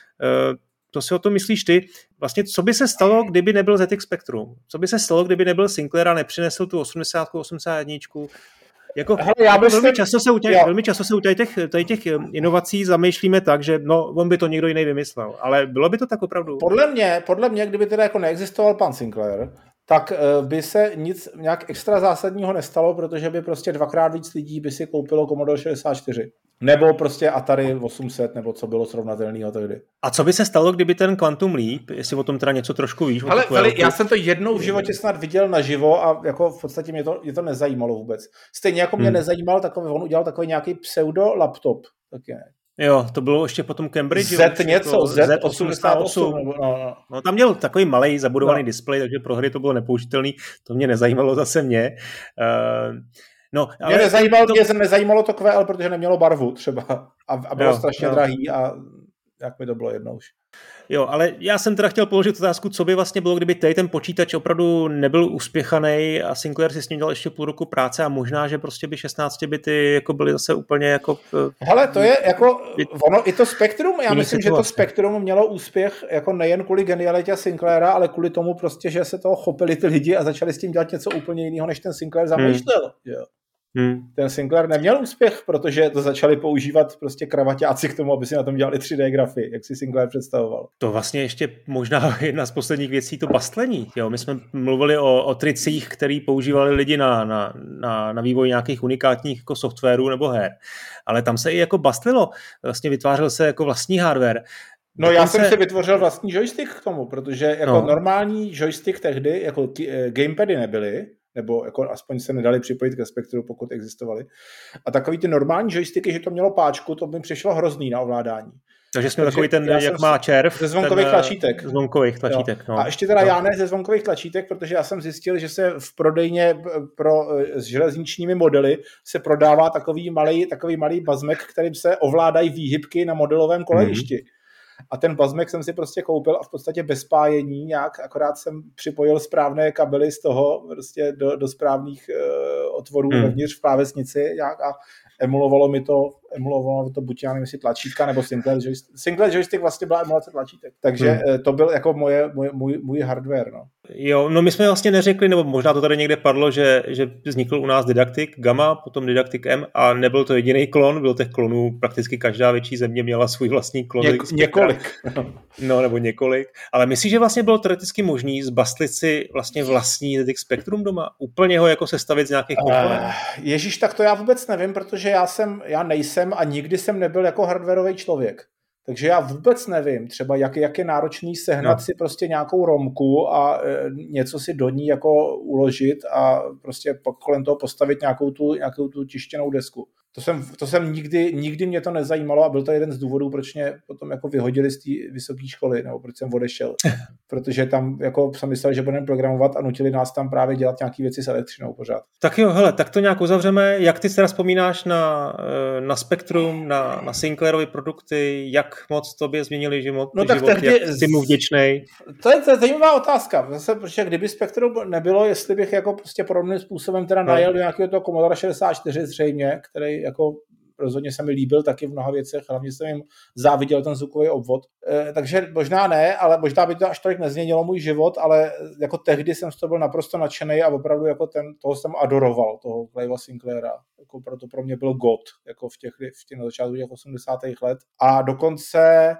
to si o tom myslíš ty, vlastně co by se stalo, kdyby nebyl ZX Spectrum? Co by se stalo, kdyby nebyl Sinclair a nepřinesl tu 80, 81? Jako, velmi často se u těch inovací zamýšlíme tak, že on by to někdo jiný vymyslel, ale bylo by to tak opravdu? Podle mě, kdyby teda jako neexistoval pan Sinclair, tak by se nic nějak extra zásadního nestalo, protože by prostě dvakrát víc lidí by si koupilo Commodore 64. Nebo prostě Atari 800, nebo co bylo srovnatelného tehdy. A co by se stalo, kdyby ten Quantum Leap, jestli o tom teda něco trošku víš? Ale já jsem to jednou v životě snad viděl naživo a jako v podstatě mě to nezajímalo vůbec. Stejně jako mě nezajímal on udělal takový nějaký pseudo laptop. Tak je. Jo, to bylo ještě potom Cambridge. Z88. No, tam měl takový malej zabudovaný displej, takže pro hry to bylo nepoužitelný. To mě nezajímalo zase mě. Mě nezajímalo to QL, protože nemělo barvu třeba a bylo strašně drahý a jak mi to bylo jednou už. Jo, ale já jsem teda chtěl položit otázku, co by vlastně bylo, kdyby ten počítač opravdu nebyl uspěchaný a Sinclair si s ním dělal ještě půl roku práce a možná, že prostě by 16 bity jako byly zase úplně jako... Hele, to je jako, ono i to Spectrum, já myslím, že to Spectrum mělo úspěch jako nejen kvůli genialitě Sinclaira, ale kvůli tomu prostě, že se toho chopili ty lidi a začali s tím dělat něco úplně jiného, než ten Sinclair zamýšlel. Jo. Ten Sinclair neměl úspěch, protože to začali používat prostě kravaťáci k tomu, aby si na tom dělali 3D grafy, jak si Sinclair představoval. To vlastně ještě možná jedna z posledních věcí, to bastlení. Jo? My jsme mluvili o tricích, který používali lidi na vývoj nějakých unikátních jako softwarů nebo her. Ale tam se i jako bastlilo. Vlastně vytvářel se jako vlastní hardware. No já jsem si vytvořil vlastní joystick k tomu, protože jako normální joystick tehdy, jako gamepady nebyly, nebo jako aspoň se nedali připojit ke Spectru, pokud existovaly. A takový ty normální joysticky, že to mělo páčku, to by přišlo hrozný na ovládání. Takže jsme takový ten, jak má červ. Ze zvonkových tlačítek. Zvonkových tlačítek, no. A ještě teda já ne ze zvonkových tlačítek, protože já jsem zjistil, že se v prodejně s železničními modely se prodává takový malý bazmek, kterým se ovládají výhybky na modelovém kolejišti. A ten bazmek jsem si prostě koupil a v podstatě bez spájení nějak, akorát jsem připojil správné kabely z toho prostě do správných otvorů vevnitř v klávesnici nějak a emulovalo mi to buď já nevím, jestli tlačítka nebo Sinclair joystick. Sinclair joystick vlastně byla emulace tlačítek. Takže to byl jako můj hardware. No. Jo, no my jsme vlastně neřekli, nebo možná to tady někde padlo, že vznikl u nás Didaktik Gamma, potom Didaktik M a nebyl to jediný klon, byl těch klonů, prakticky každá větší země měla svůj vlastní klon. Několik. No, nebo několik. Ale myslíš, že vlastně bylo teoreticky možný zbastlit si vlastně vlastní ZX Spectrum doma? Úplně ho jako sestavit z nějakých komponent? Ježíš, tak to já vůbec nevím, protože já nejsem a nikdy jsem nebyl jako hardwareový člověk. Takže já vůbec nevím, třeba jak je náročný sehnat si prostě nějakou romku a něco si do ní jako uložit a prostě kolem toho postavit nějakou tu tištěnou desku. To jsem nikdy mě to nezajímalo a byl to jeden z důvodů, proč mě potom jako vyhodili z té vysoké školy, nebo proč jsem odešel. Protože tam jako jsem myslel, že budeme programovat a nutili nás tam právě dělat nějaké věci s elektřinou pořád. Tak jo, hele, tak to nějak uzavřeme. Jak ty se teda vzpomínáš na Spectrum, na Sinclairovy produkty, jak moc tobě změnili život, jak jsi mu vděčnej? To je zajímavá otázka, zase, protože kdyby Spectrum nebylo, jestli bych jako prostě podobným způsobem teda najel do nějakého toho Commodore 64 zřejmě, který jako rozhodně se mi líbil taky v mnoha věcech, hlavně jsem jim záviděl ten zvukový obvod. Takže možná ne, ale možná by to až tolik nezměnilo můj život, ale jako tehdy jsem z toho byl naprosto nadšený a opravdu jako toho jsem adoroval, toho Clive'a Sinclaira. Jako proto pro mě byl God, jako v těch na začátku těch 80. let. A dokonce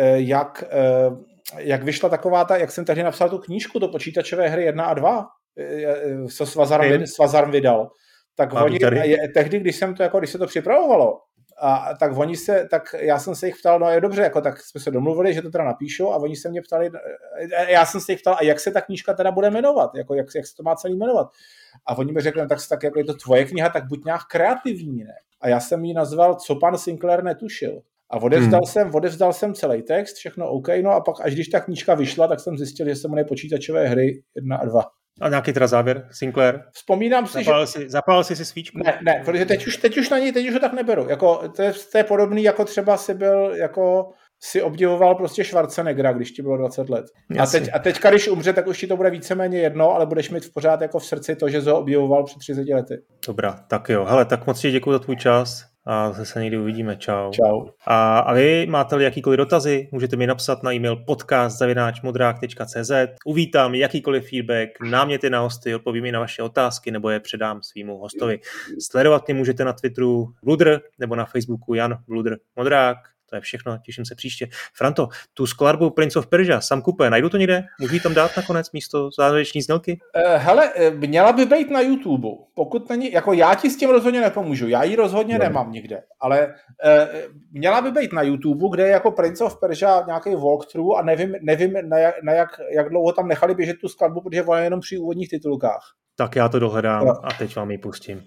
jak vyšla taková jak jsem tehdy napsal tu knížku do počítačové hry 1 a 2, co Svazarm vydal, tak oni, tehdy, když se to připravovalo, tak já jsem se jich ptal, no je dobře, jako tak jsme se domluvili, že to teda napíšou a oni se mě ptali, já jsem se jich ptal, a jak se ta knížka teda bude jmenovat, jako jak se to má celý jmenovat. A oni mi řekli, no, tak jako je to tvoje kniha, tak buď nějak kreativní, ne? A já jsem ji nazval Co pan Sinclair netušil. A odevzdal jsem celý text, všechno OK, no a pak až když ta knížka vyšla, tak jsem zjistil, že se jmenují počítačové hry 1 a 2. A nějaký teda závěr, Sinclair? Vzpomínám si, zapálil jsi si svíčku? Ne, protože teď už ho tak neberu. Jako, to je podobný, jako třeba si obdivoval prostě Schwarzeneggera, když ti bylo 20 let. A teďka, když umře, tak už ti to bude víceméně jedno, ale budeš mít v pořád jako v srdci to, že jsi ho obdivoval před 30 lety. Dobrá, tak jo. Hele, tak moc ti děkuji za tvůj čas a zase se někdy uvidíme. Čau. Čau. A vy máte-li jakýkoliv dotazy, můžete mi napsat na e-mail podcast@modrák.cz. Uvítám jakýkoliv feedback, náměty na hosty, odpovím i na vaše otázky nebo je předám svýmu hostovi. Sledovat mě můžete na Twitteru Bludr nebo na Facebooku Jan Bludr Modrák. To je všechno, těším se příště. Franto, tu skladbu Prince of Persia, Sam Cooke, najdu to někde? Můžu ji tam dát nakonec místo závěreční znělky? Hele, měla by být na YouTube. Pokud není, jako já ti s tím rozhodně nepomůžu, já ji rozhodně nemám nikde, ale měla by být na YouTube, kde je jako Prince of Persia nějaký walkthrough a nevím jak dlouho tam nechali běžet tu skladbu, protože ona je jenom při úvodních titulkách. Tak já to dohledám a teď vám ji pustím.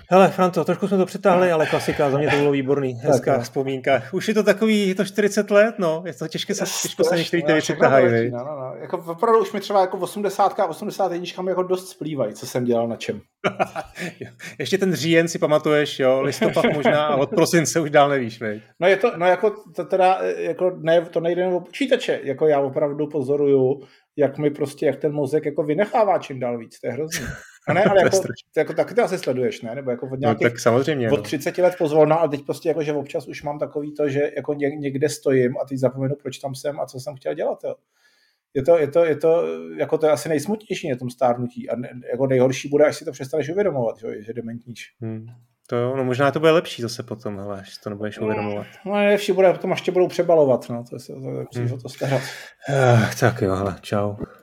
Hele, Franto, trošku jsme to přetáhli, ale klasika, za mě to bylo výborný, hezká vzpomínka. Už je to takový, je to 40 let, no, je to těžko se některé ty věci tahají. No. Jako opravdu už mi třeba jako 80 a 81 mi jako dost splývají, co jsem dělal na čem. Ještě ten říjen si pamatuješ, jo, listopad možná, a od prosince už dál nevíš, veď. No je to, no jako to teda, jako ne, to nejde jen o počítače, jako já opravdu pozoruju, jak mi prostě, jak ten mozek jako vynechává čím dál víc, to je hrozný. A ne, ale jako taky ty asi sleduješ, ne? Nebo jako od nějakých, tak samozřejmě, od 30 let pozvolna, ale teď prostě jako, že občas už mám takový to, že jako někde stojím a teď zapomenu, proč tam jsem a co jsem chtěl dělat, jo. Je to, jako to je asi nejsmutnější na tom stárnutí a jako nejhorší bude, až si to přestaneš uvědomovat, že dementníš. To jo, no možná to bude lepší zase potom, hele, až to nebudeš uvědomovat. No nejlepší bude, potom až tě budou přebalovat, no, to musíš o to starat. Tak jo, hele, čau.